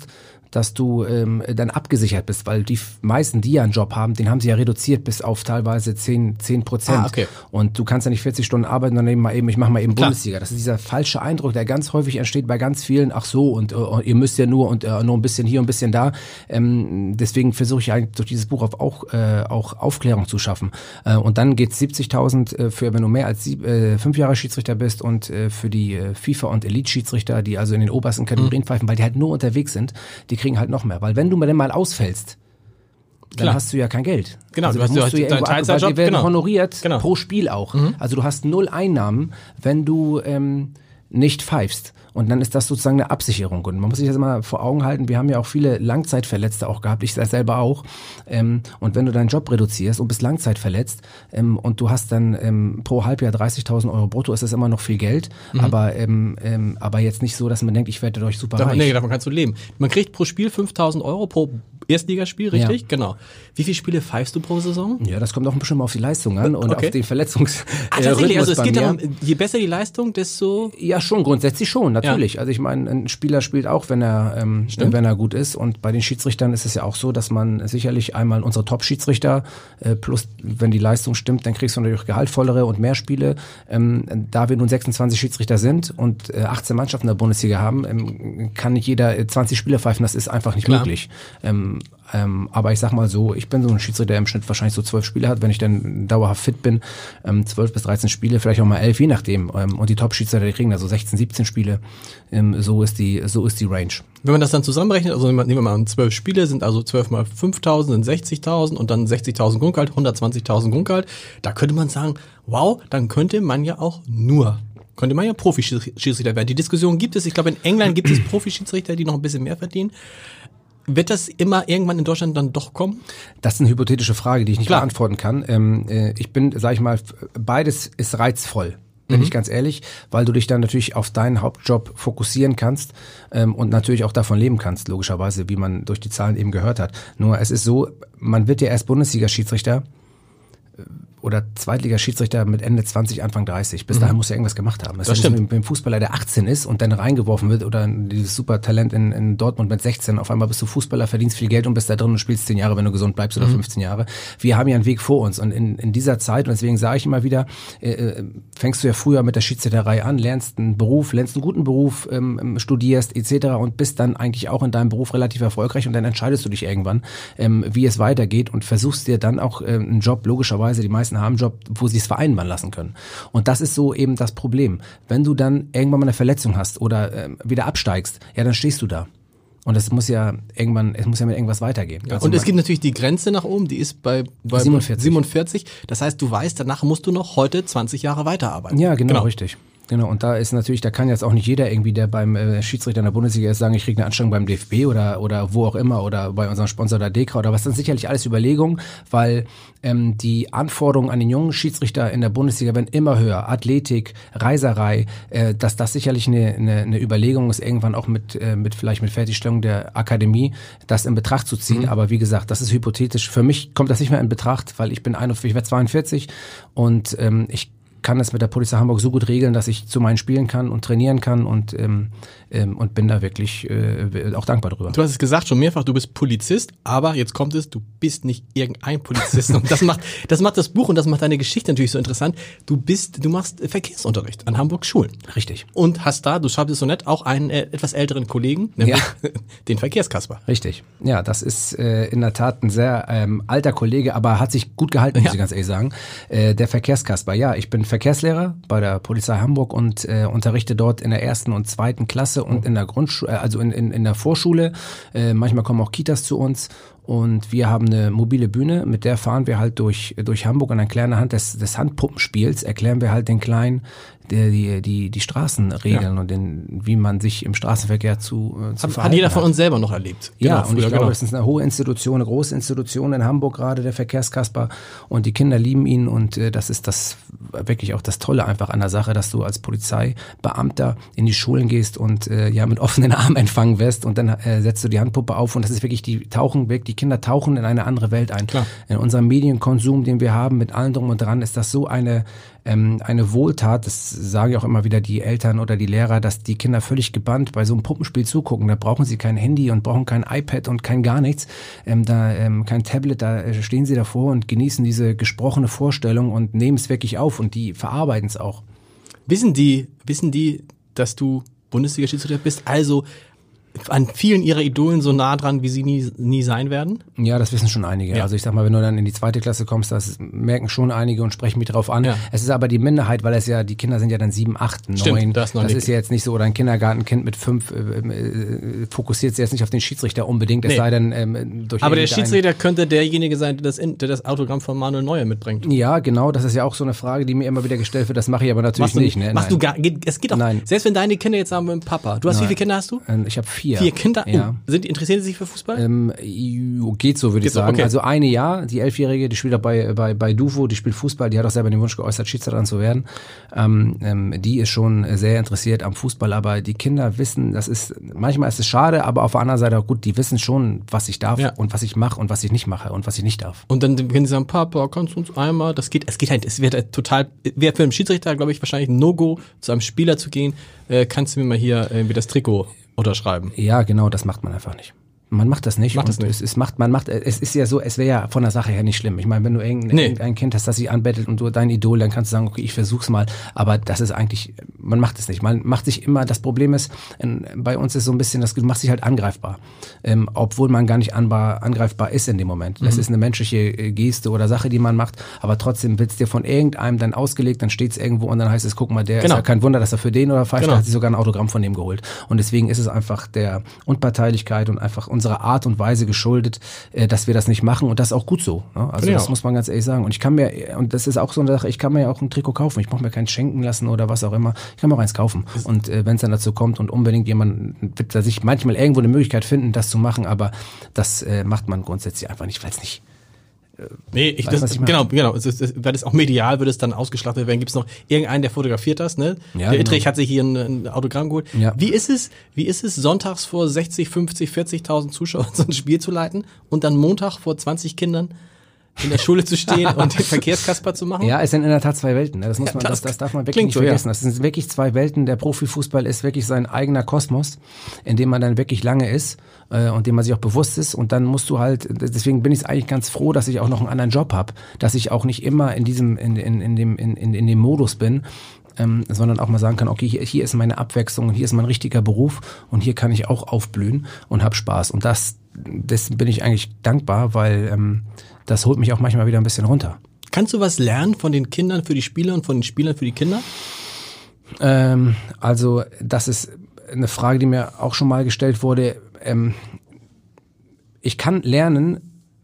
Speaker 2: dass du ähm, dann abgesichert bist, weil die meisten, die ja einen Job haben, den haben sie ja reduziert bis auf teilweise zehn Prozent.
Speaker 1: Ah, okay.
Speaker 2: Und du kannst ja nicht vierzig Stunden arbeiten und dann eben mal eben, ich mache mal eben
Speaker 1: Klar.
Speaker 2: Bundesliga. Das ist dieser falsche Eindruck, der ganz häufig entsteht bei ganz vielen, ach so, und uh, ihr müsst ja nur und uh, nur ein bisschen hier und ein bisschen da. Ähm, deswegen versuche ich eigentlich durch dieses Buch auf auch, äh, auch Aufklärung zu schaffen. Äh, und dann geht's siebzigtausend äh, für, wenn du mehr als sieb, äh, fünf Jahre Schiedsrichter bist und äh, für die äh, FIFA- und Elite-Schiedsrichter, die also in den obersten Kategorien mhm. pfeifen, weil die halt nur unterwegs sind, die kriegen halt noch mehr. Weil wenn du mal, mal ausfällst, dann Klar. hast du ja kein Geld.
Speaker 1: Genau,
Speaker 2: also
Speaker 1: du hast
Speaker 2: musst
Speaker 1: du
Speaker 2: du ja
Speaker 1: deinen Teilzeitjob,
Speaker 2: die werden
Speaker 1: genau.
Speaker 2: honoriert
Speaker 1: genau.
Speaker 2: pro Spiel auch.
Speaker 1: Mhm.
Speaker 2: Also du hast null Einnahmen, wenn du ähm, nicht pfeifst. Und dann ist das sozusagen eine Absicherung. Und man muss sich das mal vor Augen halten, wir haben ja auch viele Langzeitverletzte auch gehabt, ich selber auch. Ähm, und wenn du deinen Job reduzierst und bist langzeitverletzt ähm, und du hast dann ähm, pro Halbjahr dreißigtausend Euro brutto, ist das immer noch viel Geld. Mhm. Aber, ähm, ähm, aber jetzt nicht so, dass man denkt, ich werde dadurch super
Speaker 1: davon,
Speaker 2: reich.
Speaker 1: Nee, davon kannst du leben. Man kriegt pro Spiel fünftausend Euro pro Erstligaspiel, richtig? Ja. Genau. Wie viele Spiele pfeifst du pro Saison?
Speaker 2: Ja, das kommt auch bestimmt auf die Leistung an und
Speaker 1: okay.
Speaker 2: auf den Verletzungs.
Speaker 1: Ah, tatsächlich, also es geht darum, je besser die Leistung, desto...
Speaker 2: Ja, schon, grundsätzlich schon, natürlich. Ja. Also ich meine, ein Spieler spielt auch, wenn er ähm, wenn er gut ist. Und bei den Schiedsrichtern ist es ja auch so, dass man sicherlich einmal unsere Top-Schiedsrichter äh, plus, wenn die Leistung stimmt, dann kriegst du natürlich gehaltvollere und mehr Spiele. Ähm, da wir nun sechsundzwanzig Schiedsrichter sind und äh, achtzehn Mannschaften in der Bundesliga haben, ähm, kann nicht jeder zwanzig Spiele pfeifen. Das ist einfach nicht Klar. möglich. Ähm, Ähm, aber ich sag mal so, ich bin so ein Schiedsrichter, der im Schnitt wahrscheinlich so zwölf Spiele hat, wenn ich dann dauerhaft fit bin, ähm, zwölf bis dreizehn Spiele, vielleicht auch mal elf, je nachdem. Ähm, und die Top-Schiedsrichter, die kriegen da so sechzehn, siebzehn Spiele. Ähm, so ist die, so ist die Range.
Speaker 1: Wenn man das dann zusammenrechnet, also nehmen wir mal an, zwölf Spiele sind also zwölf mal fünftausend sind sechzigtausend und dann sechzigtausend Grundgehalt, hundertzwanzigtausend Grundgehalt. Da könnte man sagen, wow, dann könnte man ja auch nur könnte man ja Profi-Schiedsrichter werden. Die Diskussion gibt es. Ich glaube, in England gibt es Profi-Schiedsrichter, die noch ein bisschen mehr verdienen. Wird das immer irgendwann in Deutschland dann doch kommen?
Speaker 2: Das ist eine hypothetische Frage, die ich nicht
Speaker 1: Klar.
Speaker 2: beantworten kann. Ähm, äh, ich bin, sag ich mal, beides ist reizvoll. Bin mhm. ich ganz ehrlich, weil du dich dann natürlich auf deinen Hauptjob fokussieren kannst ähm, und natürlich auch davon leben kannst, logischerweise, wie man durch die Zahlen eben gehört hat. Nur es ist so, man wird ja erst Bundesliga-Schiedsrichter oder Zweitliga-Schiedsrichter mit Ende zwanzig, Anfang dreißig. Bis mhm. dahin muss er irgendwas gemacht haben. Das, das ist mit dem Fußballer, der achtzehn ist und dann reingeworfen wird oder dieses Supertalent in, in Dortmund mit sechzehn. Auf einmal bist du Fußballer, verdienst viel Geld und bist da drin und spielst zehn Jahre, wenn du gesund bleibst oder mhm. fünfzehn Jahre. Wir haben ja einen Weg vor uns und in, in dieser Zeit, und deswegen sage ich immer wieder, äh, fängst du ja früher mit der Schiedsrichterei an, lernst einen Beruf, lernst einen guten Beruf, ähm, studierst et cetera und bist dann eigentlich auch in deinem Beruf relativ erfolgreich und dann entscheidest du dich irgendwann, ähm, wie es weitergeht und versuchst dir dann auch äh, einen Job, logischerweise, die meisten haben einen Job, wo sie es vereinbaren lassen können. Und das ist so eben das Problem. Wenn du dann irgendwann mal eine Verletzung hast oder äh, wieder absteigst, ja, dann stehst du da. Und es muss ja irgendwann, es muss ja mit irgendwas weitergehen.
Speaker 1: Ja, also und es gibt natürlich die Grenze nach oben, die ist bei, bei
Speaker 2: siebenundvierzig.
Speaker 1: siebenundvierzig. Das heißt, du weißt, danach musst du noch heute zwanzig Jahre weiterarbeiten.
Speaker 2: Ja, genau, genau. richtig. Genau, und da ist natürlich, da kann jetzt auch nicht jeder irgendwie, der beim äh, Schiedsrichter in der Bundesliga ist, sagen, ich kriege eine Anstellung beim D F B oder oder wo auch immer oder bei unserem Sponsor der D K oder was. Das sind sicherlich alles Überlegungen, weil ähm, die Anforderungen an den jungen Schiedsrichter in der Bundesliga werden immer höher. Athletik, Reiserei, äh, dass das sicherlich eine, eine, eine Überlegung ist, irgendwann auch mit äh, mit vielleicht mit Fertigstellung der Akademie, das in Betracht zu ziehen. Mhm. Aber wie gesagt, das ist hypothetisch. Für mich kommt das nicht mehr in Betracht, weil ich bin einundvierzig, ich werde zweiundvierzig und ähm, ich kann das mit der Polizei Hamburg so gut regeln, dass ich zu meinen Spielen kann und trainieren kann und ähm, ähm, und bin da wirklich äh, auch dankbar drüber.
Speaker 1: Du hast es gesagt schon mehrfach, du bist Polizist, aber jetzt kommt es, du bist nicht irgendein Polizist und das macht das macht das Buch und das macht deine Geschichte natürlich so interessant. Du bist, du machst Verkehrsunterricht an Hamburgs Schulen.
Speaker 2: Richtig.
Speaker 1: Und hast da, du schreibst es so nett, auch einen äh, etwas älteren Kollegen, nämlich ja. den Verkehrskasper.
Speaker 2: Richtig. Ja, das ist äh, in der Tat ein sehr ähm, alter Kollege, aber hat sich gut gehalten, muss ja. ich ganz ehrlich sagen. Äh, der Verkehrskasper, ja, ich bin Verkehrslehrer bei der Polizei Hamburg und äh, unterrichte dort in der ersten und zweiten Klasse und in der Grundschule, also in, in, in der Vorschule. Äh, manchmal kommen auch Kitas zu uns. Und wir haben eine mobile Bühne, mit der fahren wir halt durch durch Hamburg und erklären anhand des, des Handpuppenspiels, erklären wir halt den Kleinen die, die, die, die Straßenregeln ja. und den, wie man sich im Straßenverkehr zu, äh, zu
Speaker 1: hat,
Speaker 2: verhalten
Speaker 1: hat jeder von
Speaker 2: hat.
Speaker 1: uns selber noch erlebt.
Speaker 2: Ja,
Speaker 1: genau,
Speaker 2: und ich
Speaker 1: früher,
Speaker 2: glaube,
Speaker 1: genau.
Speaker 2: das ist eine hohe Institution, eine große Institution in Hamburg gerade, der Verkehrskasper. Und die Kinder lieben ihn und äh, das ist das wirklich auch das Tolle einfach an der Sache, dass du als Polizeibeamter in die Schulen gehst und äh, ja mit offenen Armen empfangen wirst und dann äh, setzt du die Handpuppe auf und das ist wirklich, die tauchen wirklich, die Kinder tauchen in eine andere Welt ein.
Speaker 1: Klar.
Speaker 2: In unserem Medienkonsum, den wir haben, mit allem drum und dran, ist das so eine ähm, eine Wohltat, das sagen ja auch immer wieder die Eltern oder die Lehrer, dass die Kinder völlig gebannt bei so einem Puppenspiel zugucken. Da brauchen sie kein Handy und brauchen kein iPad und kein gar nichts, ähm, da ähm, kein Tablet, da äh, stehen sie davor und genießen diese gesprochene Vorstellung und nehmen es wirklich auf und die verarbeiten es auch.
Speaker 1: Wissen die, wissen die, dass du Bundesliga-Schiedsrichter bist, also an vielen ihrer Idolen so nah dran, wie sie nie, nie sein werden?
Speaker 2: Ja, das wissen schon einige.
Speaker 1: Ja.
Speaker 2: Also ich sag mal, wenn du dann in die zweite Klasse kommst, das merken schon einige und sprechen mich drauf an.
Speaker 1: Ja.
Speaker 2: Es ist aber die Minderheit, weil es ja, die Kinder sind ja dann sieben, acht, neun.
Speaker 1: Stimmt, das noch
Speaker 2: das
Speaker 1: nicht.
Speaker 2: ist ja jetzt nicht so, oder ein Kindergartenkind mit fünf äh, äh, fokussiert sich jetzt nicht auf den Schiedsrichter unbedingt, es
Speaker 1: Nee.
Speaker 2: sei denn ähm, durch
Speaker 1: Aber der
Speaker 2: irgendeinen-
Speaker 1: Schiedsrichter könnte derjenige sein, der das, der das Autogramm von Manuel Neuer mitbringt.
Speaker 2: Ja, genau, das ist ja auch so eine Frage, die mir immer wieder gestellt wird, das mache ich aber natürlich
Speaker 1: Machst du
Speaker 2: nicht.
Speaker 1: nicht?
Speaker 2: Ne?
Speaker 1: Machst
Speaker 2: Nein.
Speaker 1: du gar, geht, es geht auch,
Speaker 2: Nein.
Speaker 1: selbst wenn deine Kinder jetzt sagen mit dem Papa, du hast, wie
Speaker 2: Nein.
Speaker 1: viele Kinder hast du?
Speaker 2: Ähm, Ich habe vier.
Speaker 1: Vier Kinder?
Speaker 2: Ja.
Speaker 1: Oh, sind, interessieren sie sich für Fußball?
Speaker 2: Ähm, ju- geht so, würde ich
Speaker 1: Geht so,
Speaker 2: sagen.
Speaker 1: okay.
Speaker 2: Also eine ja, die Elfjährige, die spielt auch bei, bei, bei Dufo, die spielt Fußball, die hat auch selber den Wunsch geäußert, Schiedsrichterin zu werden. Ähm, ähm, die ist schon sehr interessiert am Fußball, aber die Kinder wissen, das ist, manchmal ist es schade, aber auf der anderen Seite auch gut, die wissen schon, was ich darf
Speaker 1: Ja.
Speaker 2: und was ich mache und was ich nicht mache und was ich nicht darf.
Speaker 1: Und dann können sie sagen, Papa, kannst du uns einmal, das geht, es geht halt, es wird halt total, wäre für einen Schiedsrichter, glaube ich, wahrscheinlich ein No-Go, zu einem Spieler zu gehen, äh, kannst du mir mal hier irgendwie das Trikot unterschreiben.
Speaker 2: Ja, genau, das macht man einfach nicht. Man macht das nicht.
Speaker 1: Macht
Speaker 2: und
Speaker 1: das nicht.
Speaker 2: Es, es macht, man macht, es ist ja so, es wäre ja von der Sache her nicht schlimm. Ich meine, wenn du irgendein,
Speaker 1: Nee.
Speaker 2: irgendein Kind hast, das sich anbettelt und du dein Idol, dann kannst du sagen, okay, ich versuch's mal. Aber das ist eigentlich, man macht es nicht. Man macht sich immer, das Problem ist, in, bei uns ist so ein bisschen, das du machst dich halt angreifbar. Ähm, obwohl man gar nicht anbar, angreifbar ist in dem Moment. Das
Speaker 1: Mhm.
Speaker 2: ist eine menschliche äh, Geste oder Sache, die man macht. Aber trotzdem wird's dir von irgendeinem dann ausgelegt, dann steht's irgendwo und dann heißt es, guck mal, der
Speaker 1: Genau.
Speaker 2: ist ja kein Wunder, dass er für den oder falsch,
Speaker 1: Genau.
Speaker 2: der hat sich sogar ein Autogramm von dem geholt. Und deswegen ist es einfach der Unparteilichkeit und einfach unserer Art und Weise geschuldet, äh, dass wir das nicht machen und das ist auch gut so. Ne? Also
Speaker 1: Ja.
Speaker 2: das muss man ganz ehrlich sagen. Und ich kann mir, und das ist auch so eine Sache, ich kann mir ja auch ein Trikot kaufen. Ich brauche mir keins schenken lassen oder was auch immer. Ich kann mir auch eins kaufen. Und äh, wenn es dann dazu kommt und unbedingt jemand, wird da sich manchmal irgendwo eine Möglichkeit finden, das zu machen, aber das äh, macht man grundsätzlich einfach nicht, weil es nicht.
Speaker 1: Nee, ich,
Speaker 2: Weißt du,
Speaker 1: das,
Speaker 2: was ich meine?
Speaker 1: genau, genau. Es ist, es, weil das auch medial wird es dann ausgeschlachtet werden. Gibt es noch irgendeinen, der fotografiert das, ne?
Speaker 2: Ja,
Speaker 1: der
Speaker 2: genau.
Speaker 1: Ittrich hat sich hier ein, ein Autogramm geholt.
Speaker 2: Ja.
Speaker 1: Wie ist es, wie ist es, sonntags vor sechzig, fünfzig, vierzigtausend Zuschauern so ein Spiel zu leiten und dann Montag vor zwanzig Kindern in der Schule zu stehen und den Verkehrskasper zu machen?
Speaker 2: Ja, es sind in der Tat zwei Welten. Ne? Das muss
Speaker 1: Ja,
Speaker 2: man,
Speaker 1: das
Speaker 2: das, das darf man wirklich
Speaker 1: klingt
Speaker 2: nicht
Speaker 1: so, ja.
Speaker 2: vergessen. Das sind wirklich zwei Welten. Der Profifußball ist wirklich sein eigener Kosmos, in dem man dann wirklich lange ist äh, und dem man sich auch bewusst ist. Und dann musst du halt, deswegen bin ich eigentlich ganz froh, dass ich auch noch einen anderen Job habe, dass ich auch nicht immer in diesem, in, in, in dem, in, in, in dem Modus bin. Ähm, sondern auch mal sagen kann, okay, hier, hier ist meine Abwechslung, hier ist mein richtiger Beruf und hier kann ich auch aufblühen und hab Spaß. Und das, dessen bin ich eigentlich dankbar, weil ähm, das holt mich auch manchmal wieder ein bisschen runter.
Speaker 1: Kannst du was lernen von den Kindern für die Spieler und von den Spielern für die Kinder?
Speaker 2: Ähm, also das ist eine Frage, die mir auch schon mal gestellt wurde. Ähm, ich kann lernen,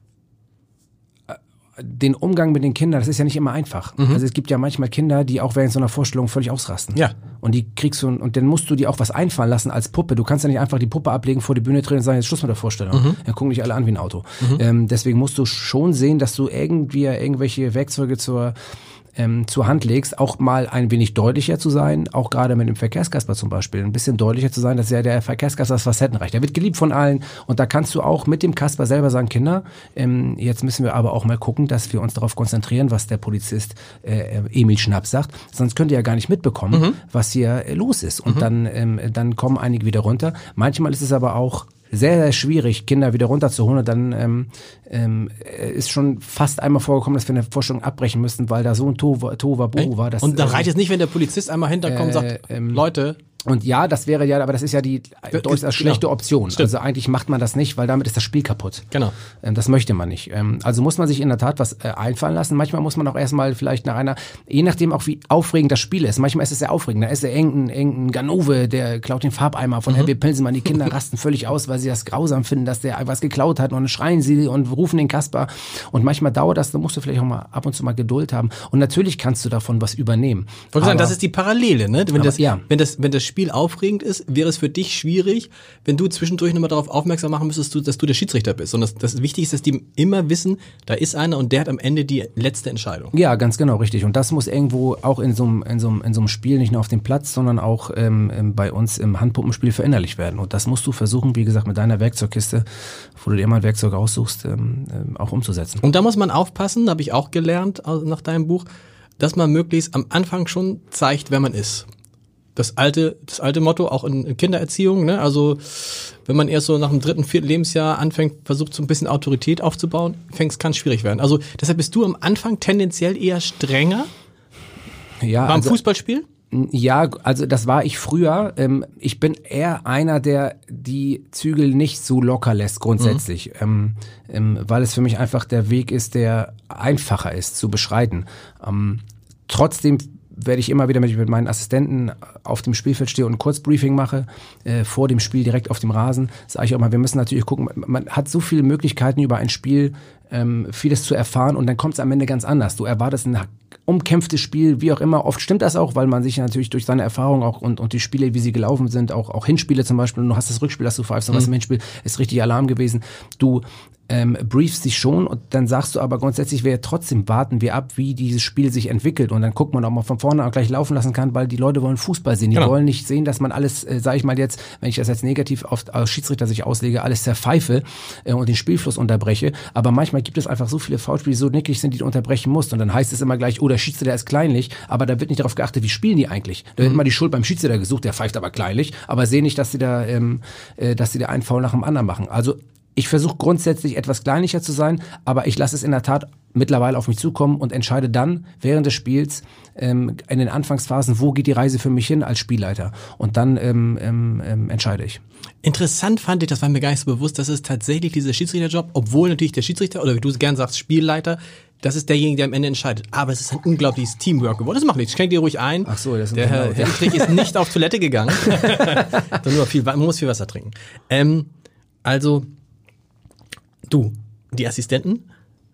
Speaker 2: den Umgang mit den Kindern, das ist ja nicht immer einfach.
Speaker 1: Mhm.
Speaker 2: Also es gibt ja manchmal Kinder, die auch während so einer Vorstellung völlig ausrasten.
Speaker 1: Ja.
Speaker 2: Und die kriegst du, und dann musst du dir auch was einfallen lassen als Puppe. Du kannst ja nicht einfach die Puppe ablegen, vor die Bühne drehen und sagen, jetzt Schluss mit der Vorstellung.
Speaker 1: Mhm.
Speaker 2: Dann gucken dich alle an wie ein Auto. Ähm, deswegen musst du schon sehen, dass du irgendwie irgendwelche Werkzeuge zur Ähm, zur Hand legst, auch mal ein wenig deutlicher zu sein, auch gerade mit dem Verkehrskasper zum Beispiel, ein bisschen deutlicher zu sein, dass ja der Verkehrskasper das Facettenreich, der wird geliebt von allen und da kannst du auch mit dem Kasper selber sagen, Kinder, ähm, jetzt müssen wir aber auch mal gucken, dass wir uns darauf konzentrieren, was der Polizist äh, Emil Schnapp sagt, sonst könnt ihr ja gar nicht mitbekommen, mhm. was hier äh, los ist und mhm. dann, ähm, dann kommen einige wieder runter. Manchmal ist es aber auch sehr, sehr schwierig, Kinder wieder runterzuholen und dann ähm, ähm, ist schon fast einmal vorgekommen, dass wir eine Vorstellung abbrechen müssten, weil da so ein Tohuwabohu war. Dass,
Speaker 1: und dann
Speaker 2: äh,
Speaker 1: reicht es nicht, wenn der Polizist einmal hinterkommt und
Speaker 2: äh,
Speaker 1: sagt,
Speaker 2: ähm,
Speaker 1: Leute...
Speaker 2: Und ja, das wäre ja, aber das ist ja die äußerst schlechte
Speaker 1: genau.
Speaker 2: Option.
Speaker 1: Stimmt.
Speaker 2: Also eigentlich macht man das nicht, weil damit ist das Spiel kaputt.
Speaker 1: Genau.
Speaker 2: Ähm, das möchte man nicht. Ähm, also muss man sich in der Tat was äh, einfallen lassen. Manchmal muss man auch erstmal vielleicht nach einer, je nachdem auch wie aufregend das Spiel ist. Manchmal ist es sehr aufregend. Da ist er irgendein, irgendein Ganove, der klaut den Farbeimer von mhm. Herbie Pilsenmann. Die Kinder rasten völlig aus, weil sie das grausam finden, dass der was geklaut hat. Und dann schreien sie und rufen den Kasper. Und manchmal dauert das, da musst du vielleicht auch mal ab und zu mal Geduld haben. Und natürlich kannst du davon was übernehmen.
Speaker 1: Ich wollte sagen, das ist die Parallele, ne? Wenn
Speaker 2: aber,
Speaker 1: das,
Speaker 2: ja.
Speaker 1: wenn das, wenn das Spiel aufregend ist, wäre es für dich schwierig, wenn du zwischendurch nochmal darauf aufmerksam machen müsstest, dass du der Schiedsrichter bist. Und das, das Wichtige ist, dass die immer wissen, da ist einer und der hat am Ende die letzte Entscheidung.
Speaker 2: Ja, ganz genau, richtig. Und das muss irgendwo auch in so einem, in so einem, in so einem Spiel nicht nur auf dem Platz, sondern auch ähm, bei uns im Handpuppenspiel verinnerlicht werden. Und das musst du versuchen, wie gesagt, mit deiner Werkzeugkiste, wo du dir immer ein Werkzeug aussuchst, ähm, ähm, auch umzusetzen.
Speaker 1: Und da muss man aufpassen, habe ich auch gelernt nach deinem Buch, dass man möglichst am Anfang schon zeigt, wer man ist. Das alte, das alte Motto auch in Kindererziehung, ne? Also wenn man erst so nach dem dritten, vierten Lebensjahr anfängt, versucht so ein bisschen Autorität aufzubauen, fängt kann es schwierig werden. Also deshalb bist du am Anfang tendenziell eher strenger.
Speaker 2: Ja,
Speaker 1: beim
Speaker 2: also,
Speaker 1: Fußballspiel?
Speaker 2: Ja, also das war ich früher. Ich bin eher einer, der die Zügel nicht so locker lässt grundsätzlich, mhm. ähm, weil es für mich einfach der Weg ist, der einfacher ist zu beschreiten. Ähm, trotzdem werde ich immer wieder, wenn ich mit meinen Assistenten auf dem Spielfeld stehe und ein Kurzbriefing mache, äh, vor dem Spiel direkt auf dem Rasen, sage ich auch mal, wir müssen natürlich gucken, man hat so viele Möglichkeiten über ein Spiel, ähm, vieles zu erfahren und dann kommt es am Ende ganz anders. Du erwartest ein umkämpftes Spiel, wie auch immer. Oft stimmt das auch, weil man sich natürlich durch seine Erfahrung auch und, und die Spiele, wie sie gelaufen sind, auch, auch Hinspiele zum Beispiel, und du hast das Rückspiel, das du pfeifst, und was im Hinspiel ist richtig Alarm gewesen. Du ähm, briefst dich schon und dann sagst du aber grundsätzlich, wir trotzdem warten wir ab, wie dieses Spiel sich entwickelt, und dann guckt man, ob man von vorne auch gleich laufen lassen kann, weil die Leute wollen Fußball sehen. Die genau. wollen nicht sehen, dass man alles, äh, sage ich mal jetzt, wenn ich das jetzt negativ auf, auf Schiedsrichter sich auslege, alles zerpfeife äh, und den Spielfluss unterbreche. Aber manchmal gibt es einfach so viele Foulspiele, die so nicklig sind, die du unterbrechen musst, und dann heißt es immer gleich, oh, der Schiedsrichter ist kleinlich, aber da wird nicht darauf geachtet, wie spielen die eigentlich. Da wird mhm. immer die Schuld beim Schiedsrichter gesucht, der pfeift aber kleinlich, aber sehen nicht, dass sie da, ähm, äh, dass sie da einen Foul nach dem anderen machen. Also ich versuche grundsätzlich etwas kleinlicher zu sein, aber ich lasse es in der Tat mittlerweile auf mich zukommen und entscheide dann während des Spiels ähm, in den Anfangsphasen, wo geht die Reise für mich hin als Spielleiter. Und dann ähm, ähm, entscheide ich.
Speaker 1: Interessant fand ich, das war mir gar nicht so bewusst, dass es tatsächlich dieser Schiedsrichterjob, obwohl natürlich der Schiedsrichter, oder wie du es gern sagst, Spielleiter, das ist derjenige, der am Ende entscheidet. Aber es ist ein unglaubliches Teamwork geworden. Das macht nichts. Schenk dir ruhig ein.
Speaker 2: Ach so, das ist
Speaker 1: der Herr Hendrich ist nicht auf Toilette gegangen. nur viel, man muss viel Wasser trinken. Ähm, also, du, die Assistenten,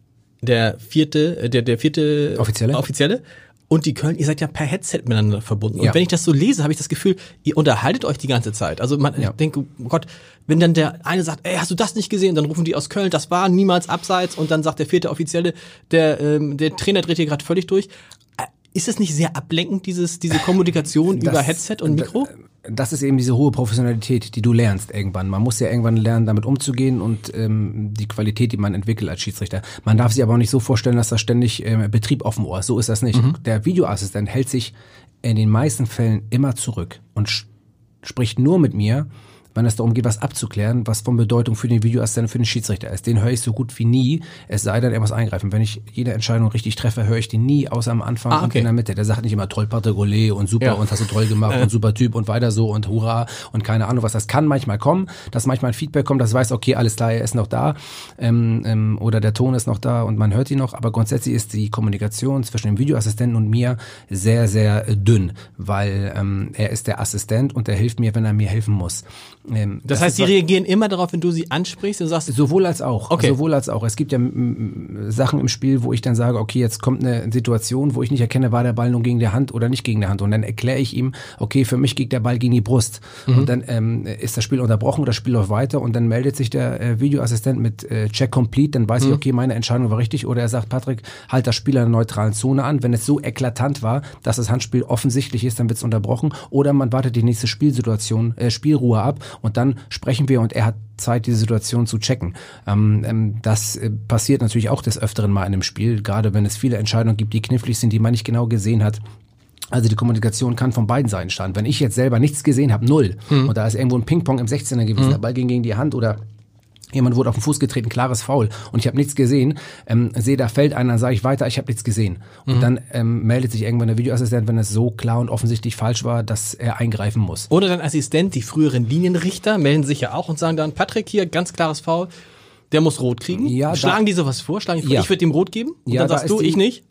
Speaker 1: der vierte, der, der vierte
Speaker 2: Offizielle.
Speaker 1: Offizielle und die Köln, ihr seid ja per Headset miteinander verbunden. Und
Speaker 2: ja.
Speaker 1: wenn ich das so lese, habe ich das Gefühl, ihr unterhaltet euch die ganze Zeit. Also man ja. denkt, oh Gott, wenn dann der eine sagt, ey, hast du das nicht gesehen? Dann rufen die aus Köln, das war niemals abseits. Und dann sagt der vierte Offizielle, der, ähm, der Trainer dreht hier gerade völlig durch. Ist es nicht sehr ablenkend, dieses, diese Kommunikation das, über Headset und Mikro?
Speaker 2: Das ist eben diese hohe Professionalität, die du lernst irgendwann. Man muss ja irgendwann lernen, damit umzugehen, und ähm, die Qualität, die man entwickelt als Schiedsrichter. Man darf sich aber auch nicht so vorstellen, dass da ständig äh, Betrieb auf dem Ohr ist. So ist das nicht. Mhm. Der Videoassistent hält sich in den meisten Fällen immer zurück und sch- spricht nur mit mir, wenn es darum geht, was abzuklären, was von Bedeutung für den Videoassistenten, für den Schiedsrichter ist. Den höre ich so gut wie nie, es sei denn, er muss eingreifen. Wenn ich jede Entscheidung richtig treffe, höre ich den nie, außer am Anfang ah, okay. und in der Mitte. Der sagt nicht immer toll, Patrick Rollet und super ja. und hast du toll gemacht äh. und super Typ und weiter so und hurra und keine Ahnung was. Das kann manchmal kommen, dass manchmal ein Feedback kommt, dass du weißt, okay, alles klar, er ist noch da ähm, ähm, oder der Ton ist noch da und man hört ihn noch. Aber grundsätzlich ist die Kommunikation zwischen dem Videoassistenten und mir sehr, sehr äh, dünn, weil ähm, er ist der Assistent und er hilft mir, wenn er mir helfen muss.
Speaker 1: Ähm, das, das heißt, sie reagieren immer darauf, wenn du sie ansprichst und sagst...
Speaker 2: Sowohl als auch.
Speaker 1: Okay.
Speaker 2: Sowohl als auch. Es gibt ja m- Sachen im Spiel, wo ich dann sage, okay, jetzt kommt eine Situation, wo ich nicht erkenne, war der Ball nun gegen die Hand oder nicht gegen die Hand. Und dann erkläre ich ihm, okay, für mich geht der Ball gegen die Brust. Mhm. Und dann ähm, ist das Spiel unterbrochen, das Spiel läuft weiter und dann meldet sich der äh, Videoassistent mit äh, Check Complete. Dann weiß mhm. ich, okay, meine Entscheidung war richtig. Oder er sagt, Patrick, halt das Spiel in einer neutralen Zone an. Wenn es so eklatant war, dass das Handspiel offensichtlich ist, dann wird es unterbrochen. Oder man wartet die nächste Spielsituation, äh, Spielruhe ab und dann sprechen wir und er hat Zeit, diese Situation zu checken. Ähm, ähm, das äh, passiert natürlich auch des Öfteren mal in einem Spiel, gerade wenn es viele Entscheidungen gibt, die knifflig sind, die man nicht genau gesehen hat. Also die Kommunikation kann von beiden Seiten stattfinden. Wenn ich jetzt selber nichts gesehen habe, null, hm. und da ist irgendwo ein Ping-Pong im sechzehner gewesen, hm. der Ball ging gegen die Hand oder jemand wurde auf den Fuß getreten, klares Foul und ich habe nichts gesehen, ähm, sehe, da fällt einer, dann sage ich weiter, ich habe nichts gesehen. Und mhm. dann ähm, meldet sich irgendwann der Videoassistent, wenn es so klar und offensichtlich falsch war, dass er eingreifen muss.
Speaker 1: Oder dein Assistent, die früheren Linienrichter, melden sich ja auch und sagen dann, Patrick hier, ganz klares Foul, der muss rot kriegen. Ja, schlagen da, die sowas vor? Schlagen die vor, ja. ich würde ihm rot geben? Und
Speaker 2: ja,
Speaker 1: dann sagst
Speaker 2: da
Speaker 1: du,
Speaker 2: die,
Speaker 1: ich nicht?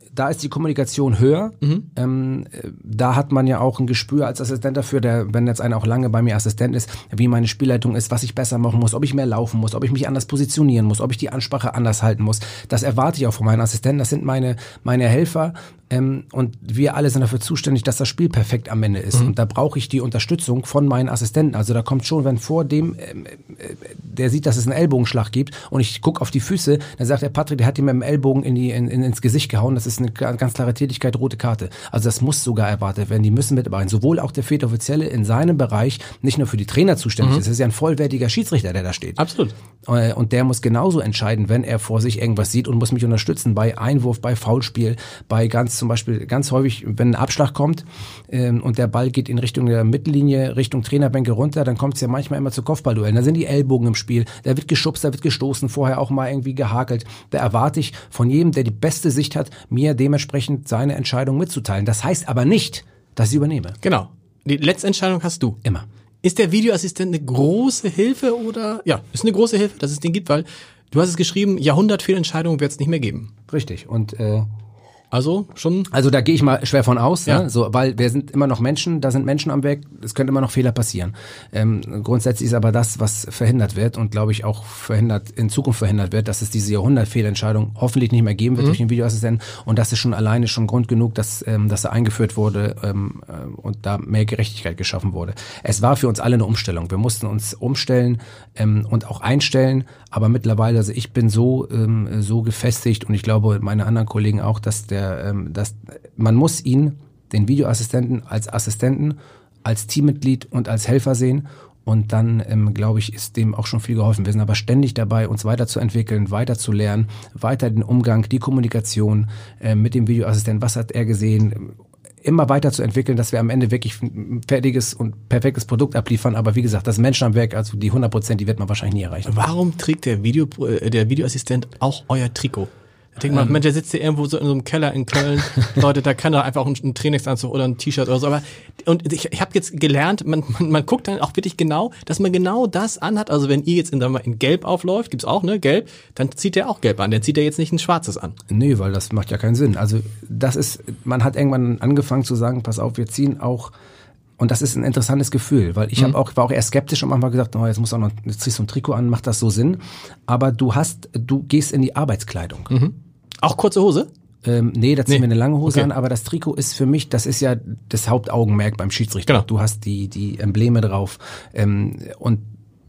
Speaker 2: da ist die Kommunikation höher.
Speaker 1: Mhm.
Speaker 2: Ähm, da hat man ja auch ein Gespür als Assistent dafür, der, wenn jetzt einer auch lange bei mir Assistent ist, wie meine Spielleitung ist, was ich besser machen muss, ob ich mehr laufen muss, ob ich mich anders positionieren muss, ob ich die Ansprache anders halten muss. Das erwarte ich auch von meinen Assistenten. Das sind meine, meine Helfer. Ähm, und wir alle sind dafür zuständig, dass das Spiel perfekt am Ende ist. Mhm. Und da brauche ich die Unterstützung von meinen Assistenten. Also da kommt schon, wenn vor dem, ähm, äh, der sieht, dass es einen Ellbogenschlag gibt und ich gucke auf die Füße, dann sagt der Patrick, der hat ihm mit dem Ellbogen in die, in, in, ins Gesicht gehauen. Das ist eine ganz klare Tätigkeit, rote Karte. Also das muss sogar erwartet werden. Die müssen mitarbeiten. Sowohl auch der vierte Offizielle in seinem Bereich, nicht nur für die Trainer zuständig mhm. ist. Das ist ja ein vollwertiger Schiedsrichter, der da steht.
Speaker 1: Absolut.
Speaker 2: Und der muss genauso entscheiden, wenn er vor sich irgendwas sieht und muss mich unterstützen bei Einwurf, bei Foulspiel, bei ganz zum Beispiel ganz häufig, wenn ein Abschlag kommt ähm, und der Ball geht in Richtung der Mittellinie, Richtung Trainerbänke runter, dann kommt es ja manchmal immer zu Kopfballduellen. Da sind die Ellbogen im Spiel, da wird geschubst, da wird gestoßen, vorher auch mal irgendwie gehakelt. Da erwarte ich von jedem, der die beste Sicht hat, mir dementsprechend seine Entscheidung mitzuteilen. Das heißt aber nicht, dass ich übernehme.
Speaker 1: Genau. Die Letztentscheidung hast du.
Speaker 2: Immer.
Speaker 1: Ist der Videoassistent eine große Hilfe oder? Ja, ist eine große Hilfe, dass es den gibt, weil du hast es geschrieben, Jahrhundertfehlentscheidungen wird es nicht mehr geben.
Speaker 2: Richtig. Und äh,
Speaker 1: Also schon.
Speaker 2: Also da gehe ich mal schwer von aus,
Speaker 1: ja.
Speaker 2: ne? So, weil wir sind immer noch Menschen, da sind Menschen am Werk, es können immer noch Fehler passieren. Ähm, grundsätzlich ist aber das, was verhindert wird und glaube ich auch verhindert in Zukunft verhindert wird, dass es diese Jahrhundertfehlentscheidung hoffentlich nicht mehr geben wird mhm. durch den Videoassistenten und das ist schon alleine schon Grund genug, dass ähm, dass er eingeführt wurde ähm, äh, und da mehr Gerechtigkeit geschaffen wurde. Es war für uns alle eine Umstellung. Wir mussten uns umstellen ähm, und auch einstellen, aber mittlerweile, also ich bin so ähm, so gefestigt und ich glaube meine anderen Kollegen auch, dass der dass man muss ihn, den Videoassistenten, als Assistenten, als Teammitglied und als Helfer sehen und dann, ähm, glaube ich, ist dem auch schon viel geholfen. Wir sind aber ständig dabei, uns weiterzuentwickeln, weiterzulernen, weiter den Umgang, die Kommunikation äh, mit dem Videoassistenten, was hat er gesehen, immer weiterzuentwickeln, dass wir am Ende wirklich ein fertiges und perfektes Produkt abliefern. Aber wie gesagt, das Menschen am Werk, also die hundert Prozent, die wird man wahrscheinlich nie erreichen.
Speaker 1: Warum trägt der, Video, äh, der Videoassistent auch euer Trikot? Ich denke mal, ähm, Mensch, der sitzt ja irgendwo so in so einem Keller in Köln. Leute, da kann er einfach auch einen Trainingsanzug oder ein T-Shirt oder so. Aber und ich, ich habe jetzt gelernt, man, man, man guckt dann auch wirklich genau, dass man genau das anhat. Also wenn ihr jetzt in, in Gelb aufläuft, gibt's auch, ne, Gelb, dann zieht der auch Gelb an. Der zieht ja jetzt nicht ein Schwarzes an.
Speaker 2: Nee, weil das macht ja keinen Sinn. Also das ist, man hat irgendwann angefangen zu sagen, pass auf, wir ziehen auch. Und das ist ein interessantes Gefühl, weil ich mhm. hab auch war auch eher skeptisch und manchmal gesagt, oh, jetzt muss auch noch, jetzt ziehst du ein Trikot an, macht das so Sinn? Aber du hast, du gehst in die Arbeitskleidung.
Speaker 1: Mhm. Auch kurze Hose?
Speaker 2: Ähm, nee, da ziehen
Speaker 1: nee.
Speaker 2: wir eine lange Hose
Speaker 1: okay.
Speaker 2: an, aber das Trikot ist für mich, das ist ja das Hauptaugenmerk beim Schiedsrichter.
Speaker 1: Genau.
Speaker 2: Du hast die die Embleme drauf ähm, und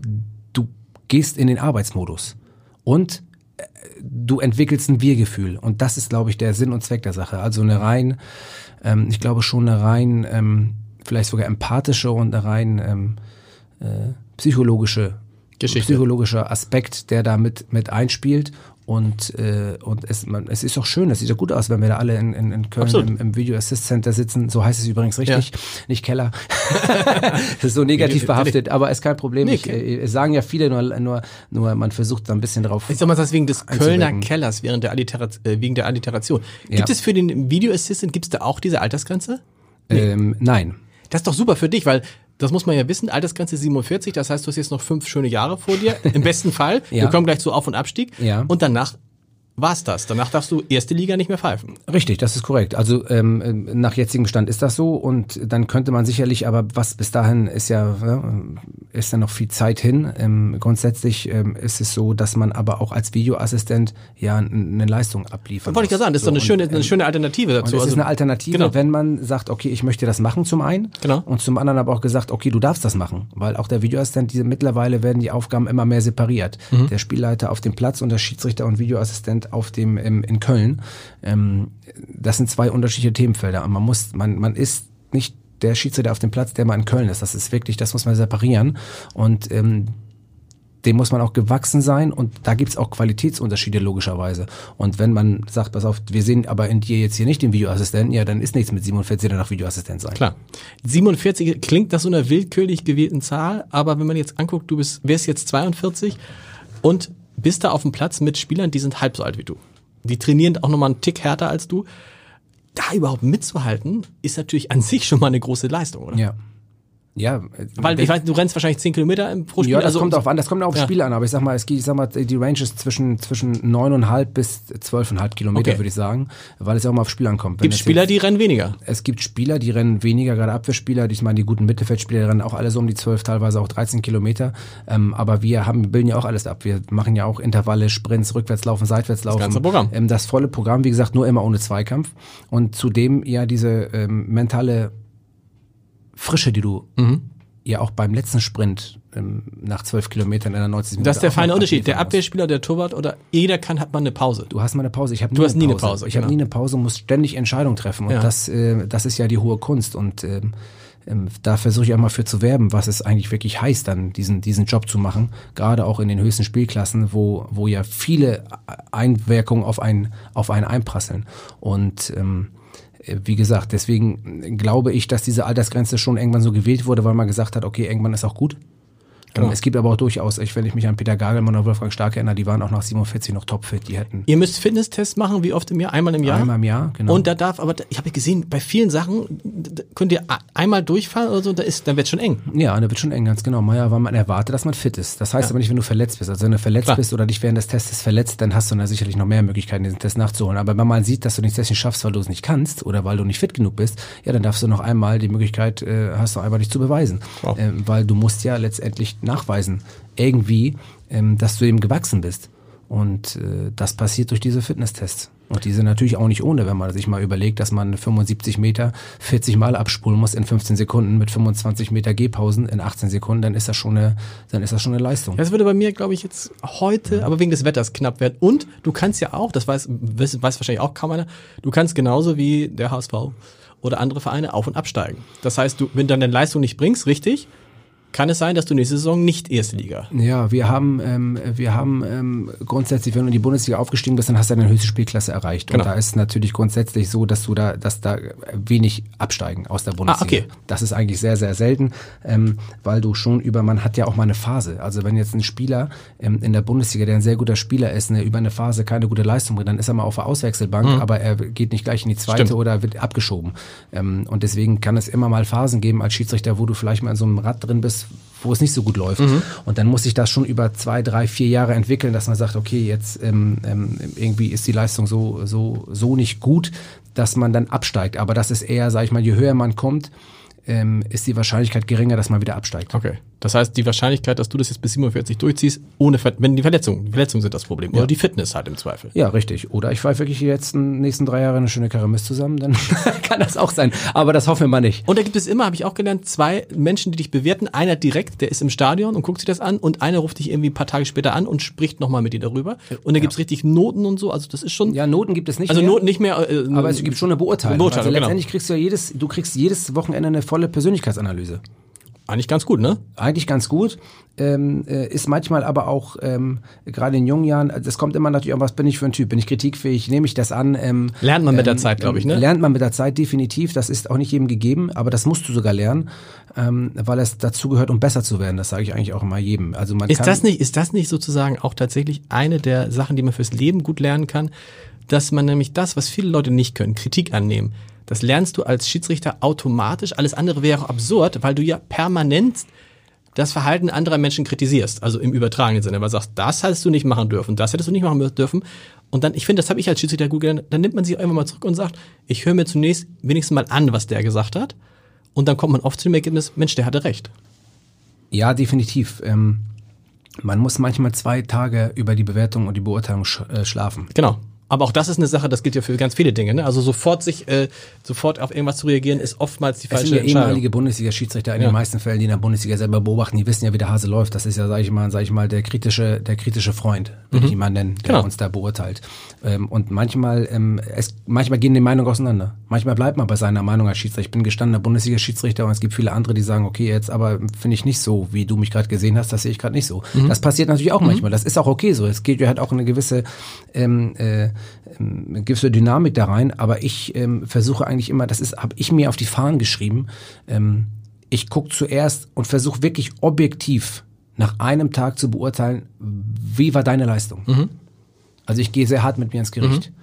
Speaker 2: du gehst in den Arbeitsmodus und äh, du entwickelst ein Wir-Gefühl und das ist, glaube ich, der Sinn und Zweck der Sache. Also eine rein, ähm, ich glaube schon eine rein, ähm, vielleicht sogar empathische und eine rein ähm, äh, psychologische
Speaker 1: Geschichte.
Speaker 2: psychologischer Aspekt, der da mit mit einspielt. Und, äh, und es, man, es ist doch schön, es sieht doch gut aus, wenn wir da alle in, in, in Köln im, im Video Assist Center sitzen. So heißt es übrigens richtig, ja. Nicht Keller. Das ist so negativ behaftet, aber ist kein Problem.
Speaker 1: Nee,
Speaker 2: ich, äh, es sagen ja viele, nur, nur, nur man versucht da ein bisschen drauf.
Speaker 1: Ich sag mal, das wegen des Kölner Kellers während der Alliteration, äh, wegen der Alliteration. Gibt
Speaker 2: ja.
Speaker 1: es für den Video Assistant, gibt es da auch diese Altersgrenze?
Speaker 2: Nee. Ähm, nein.
Speaker 1: Das ist doch super für dich, weil das muss man ja wissen, Altersgrenze siebenundvierzig, das heißt, du hast jetzt noch fünf schöne Jahre vor dir, im besten Fall.
Speaker 2: Ja.
Speaker 1: Wir kommen gleich zu Auf- und Abstieg.
Speaker 2: Ja.
Speaker 1: Und danach war's das. Danach darfst du erste Liga nicht mehr pfeifen.
Speaker 2: Richtig, das ist korrekt. Also ähm, nach jetzigem Stand ist das so und dann könnte man sicherlich, aber was bis dahin ist ja, ja ist ja noch viel Zeit hin. Ähm, grundsätzlich ähm, ist es so, dass man aber auch als Videoassistent ja eine Leistung abliefern muss.
Speaker 1: Wollte ich gerade sagen, das ist so, doch eine, und, schöne, eine schöne Alternative dazu.
Speaker 2: Und es
Speaker 1: also,
Speaker 2: ist eine Alternative,
Speaker 1: genau.
Speaker 2: wenn man sagt, okay, ich möchte das machen zum einen
Speaker 1: genau.
Speaker 2: und zum anderen aber auch gesagt, okay, du darfst das machen, weil auch der Videoassistent, diese, mittlerweile werden die Aufgaben immer mehr separiert. Mhm. Der Spielleiter auf dem Platz und der Schiedsrichter und Videoassistent auf dem im, in Köln. Ähm, das sind zwei unterschiedliche Themenfelder und man muss, man, man ist nicht der Schiedsrichter auf dem Platz, der mal in Köln ist. Das ist wirklich, das muss man separieren und ähm, dem muss man auch gewachsen sein und da gibt's auch Qualitätsunterschiede logischerweise. Und wenn man sagt, pass auf, wir sehen aber in dir jetzt hier nicht den Videoassistenten, ja, dann ist nichts mit siebenundvierzig danach Videoassistent sein.
Speaker 1: Klar. siebenundvierzig klingt nach so einer willkürlich gewählten Zahl, aber wenn man jetzt anguckt, du bist, wärst jetzt zweiundvierzig und bist da auf dem Platz mit Spielern, die sind halb so alt wie du. Die trainieren auch nochmal einen Tick härter als du. Da überhaupt mitzuhalten, ist natürlich an sich schon mal eine große Leistung, oder?
Speaker 2: Ja. Ja,
Speaker 1: Weil ich weiß, du rennst wahrscheinlich zehn Kilometer pro Spiel.
Speaker 2: Ja, das
Speaker 1: also,
Speaker 2: kommt auf an, das kommt aufs
Speaker 1: ja.
Speaker 2: Spiel an, aber ich sag mal, es geht, ich sag mal, die Range ist zwischen zwischen neuneinhalb bis zwölfeinhalb Kilometer,
Speaker 1: Okay.
Speaker 2: würde ich sagen, weil es ja auch mal aufs Spiel ankommt. Wenn
Speaker 1: Gibt
Speaker 2: es
Speaker 1: Spieler,
Speaker 2: jetzt,
Speaker 1: die rennen weniger.
Speaker 2: Es gibt Spieler, die rennen weniger, gerade Abwehrspieler, ich meine, die guten Mittelfeldspieler, die rennen auch alle so um die zwölf, teilweise auch dreizehn Kilometer, ähm, aber wir haben, bilden ja auch alles ab. Wir machen ja auch Intervalle, Sprints, Rückwärtslaufen, Seitwärtslaufen.
Speaker 1: Das ganze Programm.
Speaker 2: Ähm, das volle Programm, wie gesagt, nur immer ohne Zweikampf und zudem ja diese ähm, mentale Frische, die du
Speaker 1: Mhm.
Speaker 2: ja auch beim letzten Sprint ähm, nach zwölf Kilometern in der neunzig Minuten.
Speaker 1: Das ist der
Speaker 2: auch
Speaker 1: feine
Speaker 2: noch
Speaker 1: Unterschied. Der
Speaker 2: abliefern musst.
Speaker 1: Abwehrspieler, der Torwart oder jeder kann, hat mal eine Pause.
Speaker 2: Du hast mal eine Pause. Ich habe
Speaker 1: Du
Speaker 2: nie,
Speaker 1: hast
Speaker 2: eine
Speaker 1: nie eine
Speaker 2: Pause.
Speaker 1: Pause,
Speaker 2: Ich habe
Speaker 1: genau.
Speaker 2: nie eine Pause, muss ständig Entscheidungen treffen. Und
Speaker 1: Ja.
Speaker 2: das, äh, das ist ja die hohe Kunst. Und ähm, ähm, da versuche ich auch mal für zu werben, was es eigentlich wirklich heißt, dann diesen diesen Job zu machen. Gerade auch in den höchsten Spielklassen, wo wo ja viele Einwirkungen auf einen auf einen einprasseln. Und ähm, wie gesagt, deswegen glaube ich, dass diese Altersgrenze schon irgendwann so gewählt wurde, weil man gesagt hat, okay, irgendwann ist auch gut.
Speaker 1: Genau.
Speaker 2: Ähm, Es gibt aber auch durchaus, ich, wenn ich mich an Peter Gagelmann oder Wolfgang Stark erinnere, die waren auch nach siebenundvierzig noch topfit. Die hätten
Speaker 1: Ihr müsst Fitnesstests machen, wie oft im Jahr? Einmal im Jahr?
Speaker 2: einmal im Jahr, genau.
Speaker 1: Und da darf, aber ich habe ja gesehen, bei vielen Sachen da könnt ihr a- einmal durchfahren oder so, da ist, dann wird schon eng.
Speaker 2: Ja, und da wird schon eng, ganz genau. Ja, weil man erwartet, dass man fit ist. Das heißt
Speaker 1: Ja.
Speaker 2: aber nicht, wenn du verletzt bist. Also wenn du verletzt
Speaker 1: Klar.
Speaker 2: bist oder dich während des Tests verletzt, dann hast du da sicherlich noch mehr Möglichkeiten, diesen Test nachzuholen. Aber wenn man sieht, dass du den Test nicht schaffst, weil du es nicht kannst oder weil du nicht fit genug bist, ja, dann darfst du noch einmal die Möglichkeit, äh, hast du einmal dich zu beweisen.
Speaker 1: Wow.
Speaker 2: Ähm, weil du musst ja letztendlich nachweisen, irgendwie, ähm, dass du eben gewachsen bist. Und äh, das passiert durch diese Fitnesstests. Und die sind natürlich auch nicht ohne, wenn man sich mal überlegt, dass man fünfundsiebzig Meter vierzig Mal abspulen muss in fünfzehn Sekunden mit fünfundzwanzig Meter Gehpausen in achtzehn Sekunden, dann ist das schon eine, dann ist das schon eine Leistung.
Speaker 1: Das würde bei mir, glaube ich, jetzt heute, aber wegen des Wetters knapp werden. Und du kannst ja auch, das weiß, weiß, weiß wahrscheinlich auch kaum einer, du kannst genauso wie der H S V oder andere Vereine auf- und absteigen. Das heißt, du, wenn du deine Leistung nicht bringst, richtig, kann es sein, dass du nächste Saison nicht Erste Liga.
Speaker 2: Ja, wir haben, ähm, wir haben ähm, grundsätzlich, wenn du in die Bundesliga aufgestiegen bist, dann hast du deine höchste Spielklasse erreicht.
Speaker 1: Genau.
Speaker 2: Und da ist natürlich grundsätzlich so, dass du da, dass da wenig absteigen aus der Bundesliga.
Speaker 1: okay.
Speaker 2: Das ist eigentlich sehr, sehr selten, ähm, weil du schon über, man hat ja auch mal eine Phase. Also wenn jetzt ein Spieler ähm, in der Bundesliga, der ein sehr guter Spieler ist, ne, über eine Phase keine gute Leistung bringt, dann ist er mal auf der Auswechselbank,
Speaker 1: Mhm.
Speaker 2: aber er geht nicht gleich in die zweite
Speaker 1: Stimmt.
Speaker 2: oder wird abgeschoben. Ähm, und deswegen kann es immer mal Phasen geben als Schiedsrichter, wo du vielleicht mal in so einem Rad drin bist, wo es nicht so gut läuft.
Speaker 1: Mhm.
Speaker 2: Und dann muss sich das schon über zwei, drei, vier Jahre entwickeln, dass man sagt, okay, jetzt ähm, ähm, irgendwie ist die Leistung so, so, so nicht gut, dass man dann absteigt. Aber das ist eher, sag ich mal, je höher man kommt, ähm, ist die Wahrscheinlichkeit geringer, dass man wieder absteigt.
Speaker 1: Okay. Das heißt, die Wahrscheinlichkeit, dass du das jetzt bis siebenundvierzig durchziehst, ohne Ver wenn die Verletzungen, die Verletzungen sind das Problem. Oder die Fitness halt im Zweifel.
Speaker 2: Ja, richtig. Oder ich fahre wirklich die letzten nächsten drei Jahre eine schöne Karre Mist zusammen, dann kann das auch sein. Aber das hoffen wir mal nicht.
Speaker 1: Und da gibt es immer, habe ich auch gelernt, zwei Menschen, die dich bewerten. Einer direkt, der ist im Stadion und guckt sich das an, und einer ruft dich irgendwie ein paar Tage später an und spricht nochmal mit dir darüber. Und da gibt's richtig Noten und so. Also das ist schon.
Speaker 2: Ja, Noten gibt es nicht
Speaker 1: also
Speaker 2: mehr.
Speaker 1: Noten nicht mehr. Äh,
Speaker 2: Aber es gibt schon eine Beurteilung.
Speaker 1: Eine Beurteilung,
Speaker 2: also
Speaker 1: genau.
Speaker 2: letztendlich kriegst du ja jedes, du kriegst jedes Wochenende eine volle Persönlichkeitsanalyse.
Speaker 1: Eigentlich ganz gut, ne?
Speaker 2: Eigentlich ganz gut, ähm, äh, ist manchmal aber auch, ähm, gerade in jungen Jahren, das kommt immer natürlich an, was bin ich für ein Typ, bin ich kritikfähig, nehme ich das an. Ähm,
Speaker 1: Lernt man mit der
Speaker 2: ähm,
Speaker 1: Zeit, glaube ich, ne?
Speaker 2: Lernt man mit der Zeit definitiv, das ist auch nicht jedem gegeben, aber das musst du sogar lernen, ähm, weil es dazu gehört, um besser zu werden, das sage ich eigentlich auch immer jedem. Also man
Speaker 1: Ist
Speaker 2: kann,
Speaker 1: das nicht, ist das nicht sozusagen auch tatsächlich eine der Sachen, die man fürs Leben gut lernen kann? Dass man nämlich das, was viele Leute nicht können, Kritik annehmen, das lernst du als Schiedsrichter automatisch. Alles andere wäre auch absurd, weil du ja permanent das Verhalten anderer Menschen kritisierst, also im übertragenen Sinne, weil du sagst, das hättest du nicht machen dürfen, das hättest du nicht machen dürfen. Und dann, ich finde, das habe ich als Schiedsrichter gut gelernt, dann nimmt man sich einfach mal zurück und sagt, ich höre mir zunächst wenigstens mal an, was der gesagt hat, und dann kommt man oft zu dem Ergebnis, Mensch, der hatte recht.
Speaker 2: Ja, definitiv. Ähm, man muss manchmal zwei Tage über die Bewertung und die Beurteilung sch äh, schlafen.
Speaker 1: Genau. Aber auch das ist eine Sache, das gilt ja für ganz viele Dinge. Ne? Also sofort sich, äh, sofort auf irgendwas zu reagieren, ist oftmals die
Speaker 2: Es
Speaker 1: falsche
Speaker 2: sind ja
Speaker 1: Entscheidung.
Speaker 2: ehemalige Bundesliga-Schiedsrichter in
Speaker 1: Ja.
Speaker 2: den meisten Fällen, die in der Bundesliga selber beobachten, die wissen ja, wie der Hase läuft. Das ist ja, sage ich mal, sag ich mal, der kritische, der kritische Freund, würde ich ihn mal nennen, der
Speaker 1: Genau.
Speaker 2: uns da beurteilt. Ähm, und manchmal, ähm, es, manchmal gehen die Meinungen auseinander. Manchmal bleibt man bei seiner Meinung als Schiedsrichter. Ich bin gestandener Bundesliga-Schiedsrichter und es gibt viele andere, die sagen, okay, jetzt aber finde ich nicht so, wie du mich gerade gesehen hast, das sehe ich gerade nicht so. Das passiert natürlich auch manchmal. Das ist auch okay so. Es geht ja halt auch eine gewisse ähm, äh, ähm, eine gewisse Dynamik da rein, aber ich ähm, versuche eigentlich immer, das ist, habe ich mir auf die Fahnen geschrieben, ähm, ich gucke zuerst und versuche wirklich objektiv nach einem Tag zu beurteilen, wie war deine Leistung.
Speaker 1: Mhm.
Speaker 2: Also ich gehe sehr hart mit mir ins Gericht.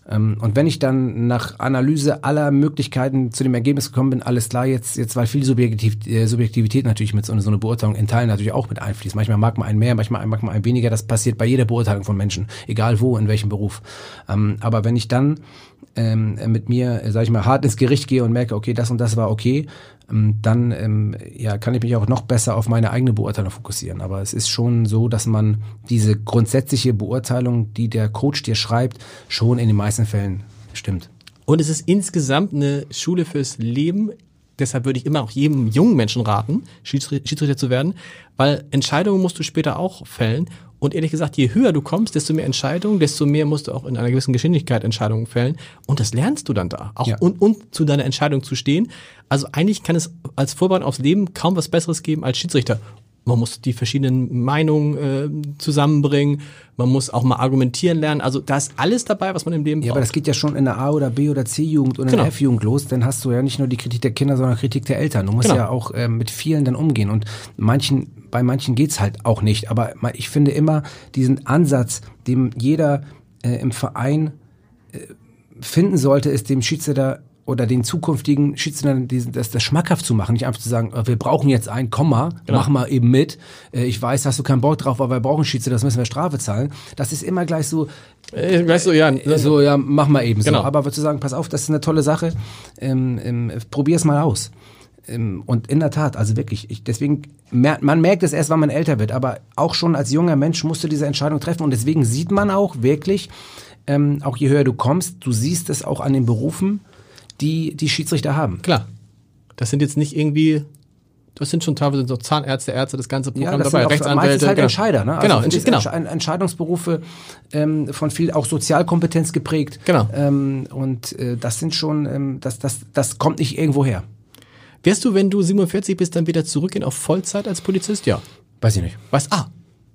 Speaker 2: Ähm, und wenn ich dann nach Analyse aller Möglichkeiten zu dem Ergebnis gekommen bin, alles klar, jetzt, jetzt weil viel Subjektiv, äh, Subjektivität natürlich mit so, eine, so einer Beurteilung in Teilen natürlich auch mit einfließt. Manchmal mag man einen mehr, manchmal mag man einen weniger. Das passiert bei jeder Beurteilung von Menschen, egal wo, in welchem Beruf. Ähm, aber wenn ich dann ähm, mit mir, sag ich mal, hart ins Gericht gehe und merke, okay, das und das war okay, ähm, dann ähm, ja, kann ich mich auch noch besser auf meine eigene Beurteilung fokussieren. Aber es ist schon so, dass man diese grundsätzliche Beurteilung, die der Coach dir schreibt, schon in den meisten Fällen stimmt.
Speaker 1: Und es ist insgesamt eine Schule fürs Leben. Deshalb würde ich immer auch jedem jungen Menschen raten, Schiedsrichter zu werden, weil Entscheidungen musst du später auch fällen. Und ehrlich gesagt, je höher du kommst, desto mehr Entscheidungen, desto mehr musst du auch in einer gewissen Geschwindigkeit Entscheidungen fällen. Und das lernst du dann da. Auch
Speaker 2: ja.
Speaker 1: und, und zu deiner Entscheidung zu stehen. Also eigentlich kann es als Vorbereitung aufs Leben kaum was Besseres geben als Schiedsrichter. Man muss die verschiedenen Meinungen äh, zusammenbringen. Man muss auch mal argumentieren lernen. Also da ist alles dabei, was man im Leben braucht.
Speaker 2: Ja, aber das geht ja schon in der A- oder B- oder C-Jugend oder in
Speaker 1: genau.
Speaker 2: der F-Jugend los. Dann hast du ja nicht nur die Kritik der Kinder, sondern Kritik der Eltern. Du musst
Speaker 1: genau.
Speaker 2: ja auch äh, mit vielen dann umgehen. Und manchen, bei manchen geht's halt auch nicht. Aber ich finde immer diesen Ansatz, den jeder äh, im Verein äh, finden sollte, ist dem Schiedsrichter oder den zukünftigen Schiedsrichtern das, das schmackhaft zu machen, nicht einfach zu sagen, wir brauchen jetzt einen, komm mal, genau. mach mal eben mit. Ich weiß, hast du keinen Bock drauf, aber wir brauchen Schiedsrichter, das müssen wir Strafe zahlen. Das ist immer gleich so,
Speaker 1: äh, gleich so, ja,
Speaker 2: so, ja, mach mal eben
Speaker 1: genau.
Speaker 2: so. Aber zu sagen, pass auf, das ist eine tolle Sache, ähm, ähm, probier es mal aus. Ähm, und in der Tat, also wirklich, ich, deswegen, mer- man merkt es erst, wenn man älter wird, aber auch schon als junger Mensch musst du diese Entscheidung treffen und deswegen sieht man auch wirklich, ähm, auch je höher du kommst, du siehst es auch an den Berufen, die die Schiedsrichter haben.
Speaker 1: Klar. Das sind jetzt nicht irgendwie, das sind schon teilweise so Zahnärzte, Ärzte, das ganze Programm
Speaker 2: ja, das
Speaker 1: dabei,
Speaker 2: sind
Speaker 1: Rechtsanwälte.
Speaker 2: Meistens halt
Speaker 1: genau.
Speaker 2: Entscheider, ne? Also
Speaker 1: genau,
Speaker 2: Entsch-
Speaker 1: genau.
Speaker 2: Entsch- Entscheidungsberufe ähm, von viel auch Sozialkompetenz geprägt.
Speaker 1: Genau.
Speaker 2: Ähm, und äh, das sind schon, ähm, das, das, das kommt nicht irgendwo her.
Speaker 1: Wirst du, wenn du siebenundvierzig bist, dann wieder zurückgehen auf Vollzeit als Polizist? Ja.
Speaker 2: Weiß ich nicht.
Speaker 1: Was? Ah.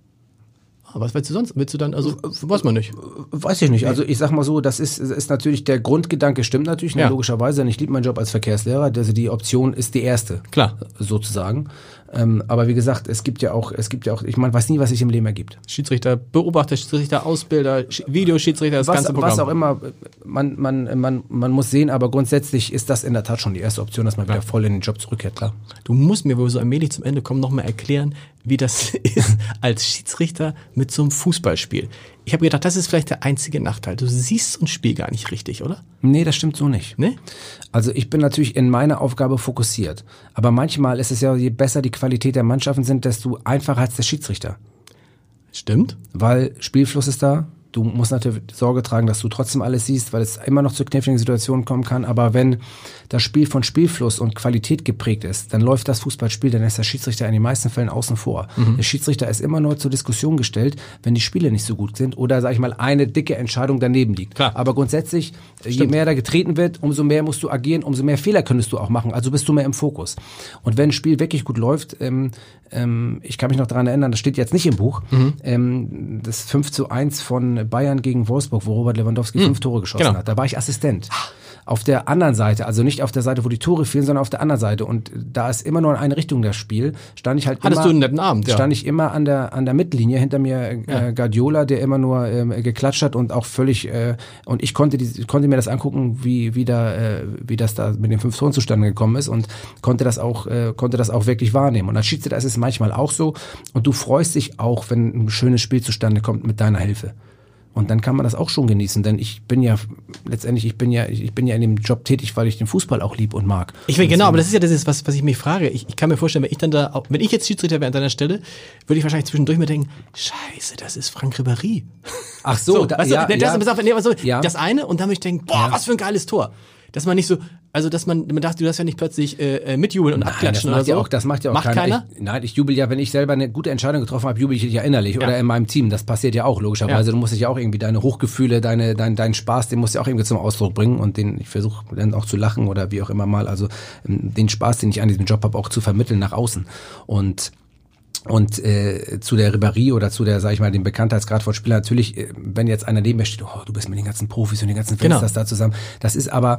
Speaker 1: Was willst du sonst? Willst du dann, also, weiß man nicht.
Speaker 2: Weiß ich nicht. Also ich sag mal so, das ist, ist natürlich, der Grundgedanke stimmt natürlich, ne,
Speaker 1: ja.
Speaker 2: logischerweise. Ich liebe meinen Job als Verkehrslehrer, also die Option ist die erste.
Speaker 1: Klar.
Speaker 2: Sozusagen. Ähm, aber wie gesagt, es gibt ja auch, es gibt ja auch, ich meine, weiß nie, was sich im Leben ergibt.
Speaker 1: Schiedsrichter, Beobachter, Schiedsrichter, Ausbilder, Sch- Videoschiedsrichter, das
Speaker 2: was,
Speaker 1: ganze Programm.
Speaker 2: Was auch immer, man, man, man, man muss sehen, aber grundsätzlich ist das in der Tat schon die erste Option, dass man wieder ja. voll in den Job zurückkehrt, klar.
Speaker 1: Du musst mir, wo wir so allmählich zum Ende kommen, nochmal erklären, wie das ist als Schiedsrichter mit so einem Fußballspiel. Ich habe gedacht, das ist vielleicht der einzige Nachteil. Du siehst so ein Spiel gar nicht richtig, oder?
Speaker 2: Nee, das stimmt so nicht.
Speaker 1: Nee?
Speaker 2: Also ich bin natürlich in meiner Aufgabe fokussiert. Aber manchmal ist es ja, je besser die Qualität der Mannschaften sind, desto einfacher als der Schiedsrichter.
Speaker 1: Stimmt.
Speaker 2: Weil Spielfluss ist da. Du musst natürlich Sorge tragen, dass du trotzdem alles siehst, weil es immer noch zu kniffligen Situationen kommen kann. Aber wenn das Spiel von Spielfluss und Qualität geprägt ist, dann läuft das Fußballspiel, dann ist der Schiedsrichter in den meisten Fällen außen vor. Mhm. Der Schiedsrichter ist immer nur zur Diskussion gestellt, wenn die Spiele nicht so gut sind oder, sag ich mal, eine dicke Entscheidung daneben liegt.
Speaker 1: Klar.
Speaker 2: Aber grundsätzlich, Stimmt. je mehr da getreten wird, umso mehr musst du agieren, umso mehr Fehler könntest du auch machen. Also bist du mehr im Fokus. Und wenn ein Spiel wirklich gut läuft, ähm, ähm, ich kann mich noch daran erinnern, das steht jetzt nicht im Buch, mhm. ähm, das fünf zu eins von Bayern gegen Wolfsburg, wo Robert Lewandowski mhm. fünf Tore geschossen genau. hat. Da war ich Assistent. Auf der anderen Seite, also nicht auf der Seite, wo die Tore fielen, sondern auf der anderen Seite. Und da ist immer nur in eine Richtung das Spiel. Stand ich halt
Speaker 1: Hattest
Speaker 2: immer,
Speaker 1: du einen netten Abend, ja.
Speaker 2: Stand ich immer an der an der Mittellinie, hinter mir äh, ja. Guardiola, der immer nur äh, geklatscht hat und auch völlig äh, und ich konnte die, konnte mir das angucken, wie wie da äh, wie das da mit den fünf Toren zustande gekommen ist und konnte das auch äh, konnte das auch wirklich wahrnehmen. Und als Schiedsrichter ist es manchmal auch so und du freust dich auch, wenn ein schönes Spiel zustande kommt mit deiner Hilfe. Und dann kann man das auch schon genießen, denn ich bin ja letztendlich, ich bin ja, ich bin ja in dem Job tätig, weil ich den Fußball auch lieb und mag.
Speaker 1: Ich will, genau, aber das ist ja das, ist, was, was ich mich frage. Ich, ich kann mir vorstellen, wenn ich dann da, wenn ich jetzt Schiedsrichter wäre an deiner Stelle, würde ich wahrscheinlich zwischendurch mir denken, Scheiße, das ist Franck Ribéry.
Speaker 2: Ach so,
Speaker 1: so
Speaker 2: da,
Speaker 1: weißt
Speaker 2: ja,
Speaker 1: du, das,
Speaker 2: ja.
Speaker 1: das, nee, also,
Speaker 2: ja.
Speaker 1: das eine und dann würde ich denken, boah, ja. was für ein geiles Tor. Dass man nicht so, also dass man, man dachte, du darfst ja nicht plötzlich äh, mitjubeln und
Speaker 2: nein,
Speaker 1: abklatschen
Speaker 2: das macht
Speaker 1: oder so.
Speaker 2: Ja auch, das macht ja auch
Speaker 1: macht
Speaker 2: keiner.
Speaker 1: keiner?
Speaker 2: Ich, nein, ich jubel ja, wenn ich selber eine gute Entscheidung getroffen habe, jubel ich ja innerlich ja. oder in meinem Team. Das passiert ja auch logischerweise. Ja. Du musst dich ja auch irgendwie deine Hochgefühle, deine, dein, deinen Spaß, den musst du ja auch irgendwie zum Ausdruck bringen und den ich versuche dann auch zu lachen oder wie auch immer mal. Also den Spaß, den ich an diesem Job habe, auch zu vermitteln nach außen. Und Und äh, zu der Ribéry oder zu der, sag ich mal, dem Bekanntheitsgrad von Spielern, natürlich, äh, wenn jetzt einer neben mir steht, oh, du bist mit den ganzen Profis und den ganzen Fans
Speaker 1: genau.
Speaker 2: das da zusammen. Das ist aber,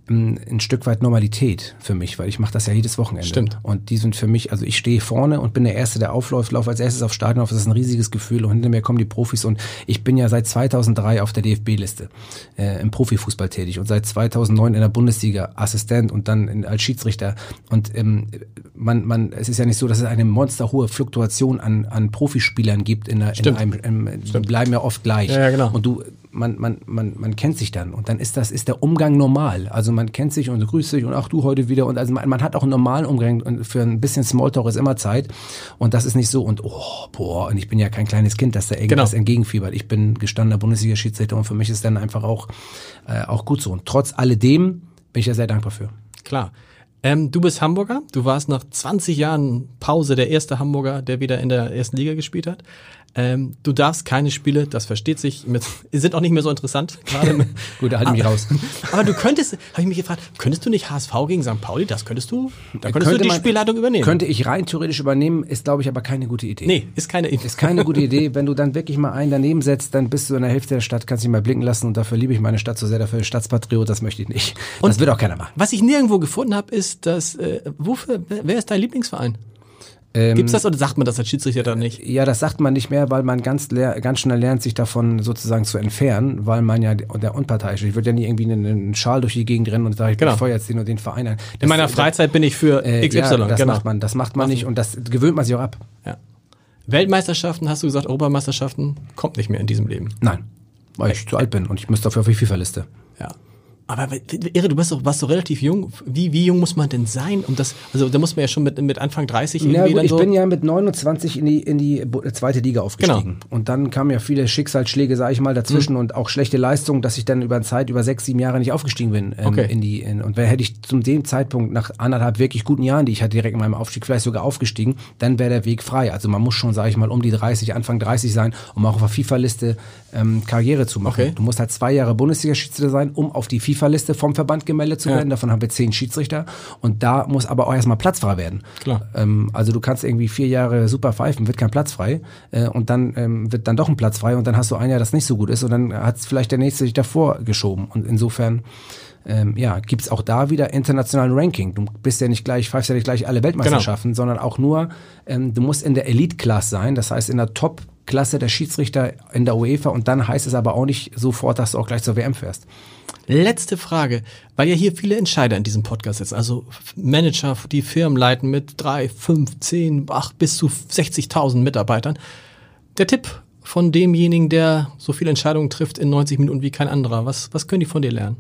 Speaker 2: ein, ein Stück weit Normalität für mich, weil ich mache das ja jedes Wochenende.
Speaker 1: Stimmt.
Speaker 2: Und die sind für mich, also ich stehe vorne und bin der Erste, der aufläuft, laufe als erstes aufs Stadion auf. Das ist ein riesiges Gefühl und hinter mir kommen die Profis und ich bin ja seit zweitausenddrei auf der D F B-Liste äh, im Profifußball tätig und seit zweitausendneun in der Bundesliga Assistent und dann in, als Schiedsrichter. Und ähm, man, man, es ist ja nicht so, dass es eine monsterhohe Fluktuation an, an Profispielern gibt in, der, in einem, im, die bleiben ja oft gleich.
Speaker 1: Ja, ja, genau.
Speaker 2: Und du, man, man, man, man kennt sich dann und dann ist das, ist der Umgang normal. Also man kennt sich und grüßt sich und ach du heute wieder und also man, man hat auch einen normalen Umgang und für ein bisschen Smalltalk ist immer Zeit und das ist nicht so und oh, boah, und ich bin ja kein kleines Kind, das da irgendwas genau. entgegenfiebert. Ich bin gestandener Bundesliga-Schiedsrichter und für mich ist dann einfach auch, äh, auch gut so. Und trotz alledem bin ich ja sehr dankbar für.
Speaker 1: Klar. Ähm, du bist Hamburger, du warst nach zwanzig Jahren Pause der erste Hamburger, der wieder in der ersten Liga gespielt hat. Ähm, du darfst keine Spiele, das versteht sich, mit, sind auch nicht mehr so interessant. Gerade mit,
Speaker 2: Gut, da halte ich mich raus.
Speaker 1: Aber du könntest, habe ich mich gefragt, könntest du nicht H S V gegen Sankt Pauli, das könntest du, da könntest könnte du die man, Spielleitung übernehmen.
Speaker 2: Könnte ich rein theoretisch übernehmen, ist glaube ich aber keine gute Idee.
Speaker 1: Nee, ist keine Idee.
Speaker 2: Ist keine gute Idee, wenn du dann wirklich mal einen daneben setzt, dann bist du in der Hälfte der Stadt, kannst dich mal blicken lassen und dafür liebe ich meine Stadt so sehr, dafür Staatspatriot, das möchte ich nicht. Und das wird auch keiner machen.
Speaker 1: Was ich nirgendwo gefunden habe, ist, dass, äh, wofür, wer ist dein Lieblingsverein? Ähm, Gibt's das oder sagt man das als Schiedsrichter dann nicht?
Speaker 2: Ja, das sagt man nicht mehr, weil man ganz, leer, ganz schnell lernt, sich davon sozusagen zu entfernen, weil man ja der Unparteiische. Ich würde ja nie irgendwie einen, einen Schal durch die Gegend rennen und sagen, ich genau. feuer jetzt den und den Verein ein.
Speaker 1: In meiner Freizeit das, bin ich für äh, X Y.
Speaker 2: Ja, das
Speaker 1: genau.
Speaker 2: macht man, das macht man nicht und das gewöhnt man sich auch ab.
Speaker 1: Ja. Weltmeisterschaften, hast du gesagt, Europameisterschaften, kommt nicht mehr in diesem Leben.
Speaker 2: Nein, weil ich zu alt bin und ich müsste dafür auf die FIFA-Liste.
Speaker 1: Ja. Aber irre, du bist doch, warst doch relativ jung. Wie, wie jung muss man denn sein, um das, also da muss man ja schon mit, mit Anfang dreißig irgendwie
Speaker 2: ja, gut,
Speaker 1: dann
Speaker 2: ich
Speaker 1: so.
Speaker 2: Ich bin ja mit neunundzwanzig in die, in die zweite Liga aufgestiegen. Genau. Und dann kamen ja viele Schicksalsschläge, sag ich mal, dazwischen mhm. und auch schlechte Leistungen, dass ich dann über eine Zeit, über sechs, sieben Jahre nicht aufgestiegen bin. Ähm,
Speaker 1: okay.
Speaker 2: in die, in, und hätte ich zum dem Zeitpunkt nach anderthalb wirklich guten Jahren, die ich hatte direkt in meinem Aufstieg vielleicht sogar aufgestiegen, dann wäre der Weg frei. Also man muss schon, sag ich mal, um die dreißig, Anfang dreißig sein, um auch auf der FIFA-Liste ähm, Karriere zu machen. Okay. Du musst halt zwei Jahre Bundesliga-Schiedsrichter sein, um auf die FIFA-Liste vom Verband gemeldet zu werden. Ja. Davon haben wir zehn Schiedsrichter. Und da muss aber auch erstmal Platz frei werden.
Speaker 1: Klar.
Speaker 2: Ähm, also du kannst irgendwie vier Jahre super pfeifen, wird kein Platz frei. Äh, und dann ähm, wird dann doch ein Platz frei und dann hast du ein Jahr, das nicht so gut ist und dann hat es vielleicht der nächste sich davor geschoben. Und insofern ähm, ja, gibt's auch da wieder internationalen Ranking. Du bist ja nicht gleich, pfeifst ja nicht gleich alle Weltmeisterschaften, genau. sondern auch nur, ähm, du musst in der Elite-Class sein, das heißt in der Top-Klasse der Schiedsrichter in der UEFA und dann heißt es aber auch nicht sofort, dass du auch gleich zur W M fährst.
Speaker 1: Letzte Frage, weil ja hier viele Entscheider in diesem Podcast sitzen, also Manager, die Firmen leiten mit drei, fünf, zehn, acht bis zu sechzigtausend Mitarbeitern. Der Tipp von demjenigen, der so viele Entscheidungen trifft in neunzig Minuten wie kein anderer, was, was können die von dir lernen?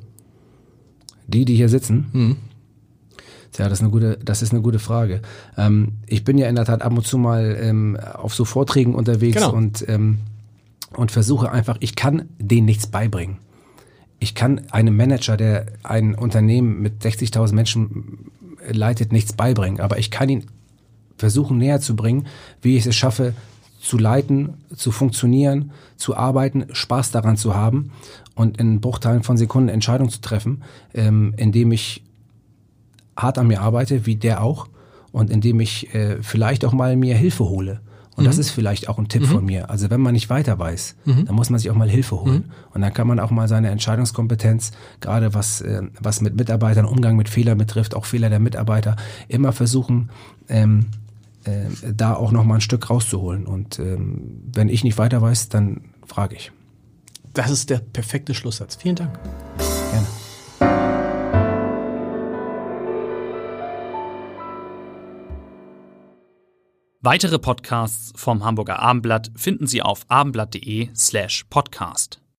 Speaker 2: Die, die hier sitzen?
Speaker 1: Mhm.
Speaker 2: Tja, das ist eine gute, das ist eine gute Frage. Ähm, ich bin ja in der Tat ab und zu mal ähm, auf so Vorträgen unterwegs
Speaker 1: genau.
Speaker 2: und, ähm, und versuche einfach, ich kann denen nichts beibringen. Ich kann einem Manager, der ein Unternehmen mit sechzigtausend Menschen leitet, nichts beibringen. Aber ich kann ihn versuchen näher zu bringen, wie ich es schaffe, zu leiten, zu funktionieren, zu arbeiten, Spaß daran zu haben und in Bruchteilen von Sekunden Entscheidungen zu treffen, ähm, indem ich hart an mir arbeite, wie der auch, und indem ich äh, vielleicht auch mal mir Hilfe hole. Und mhm. das ist vielleicht auch ein Tipp mhm. von mir. Also wenn man nicht weiter weiß, mhm. dann muss man sich auch mal Hilfe holen. Mhm. Und dann kann man auch mal seine Entscheidungskompetenz, gerade was, äh, was mit Mitarbeitern, Umgang mit Fehlern betrifft, auch Fehler der Mitarbeiter, immer versuchen, ähm, äh, da auch noch mal ein Stück rauszuholen. Und ähm, wenn ich nicht weiter weiß, dann frage ich.
Speaker 1: Das ist der perfekte Schlusssatz. Vielen Dank.
Speaker 2: Gerne.
Speaker 4: Weitere Podcasts vom Hamburger Abendblatt finden Sie auf abendblatt.de slash podcast.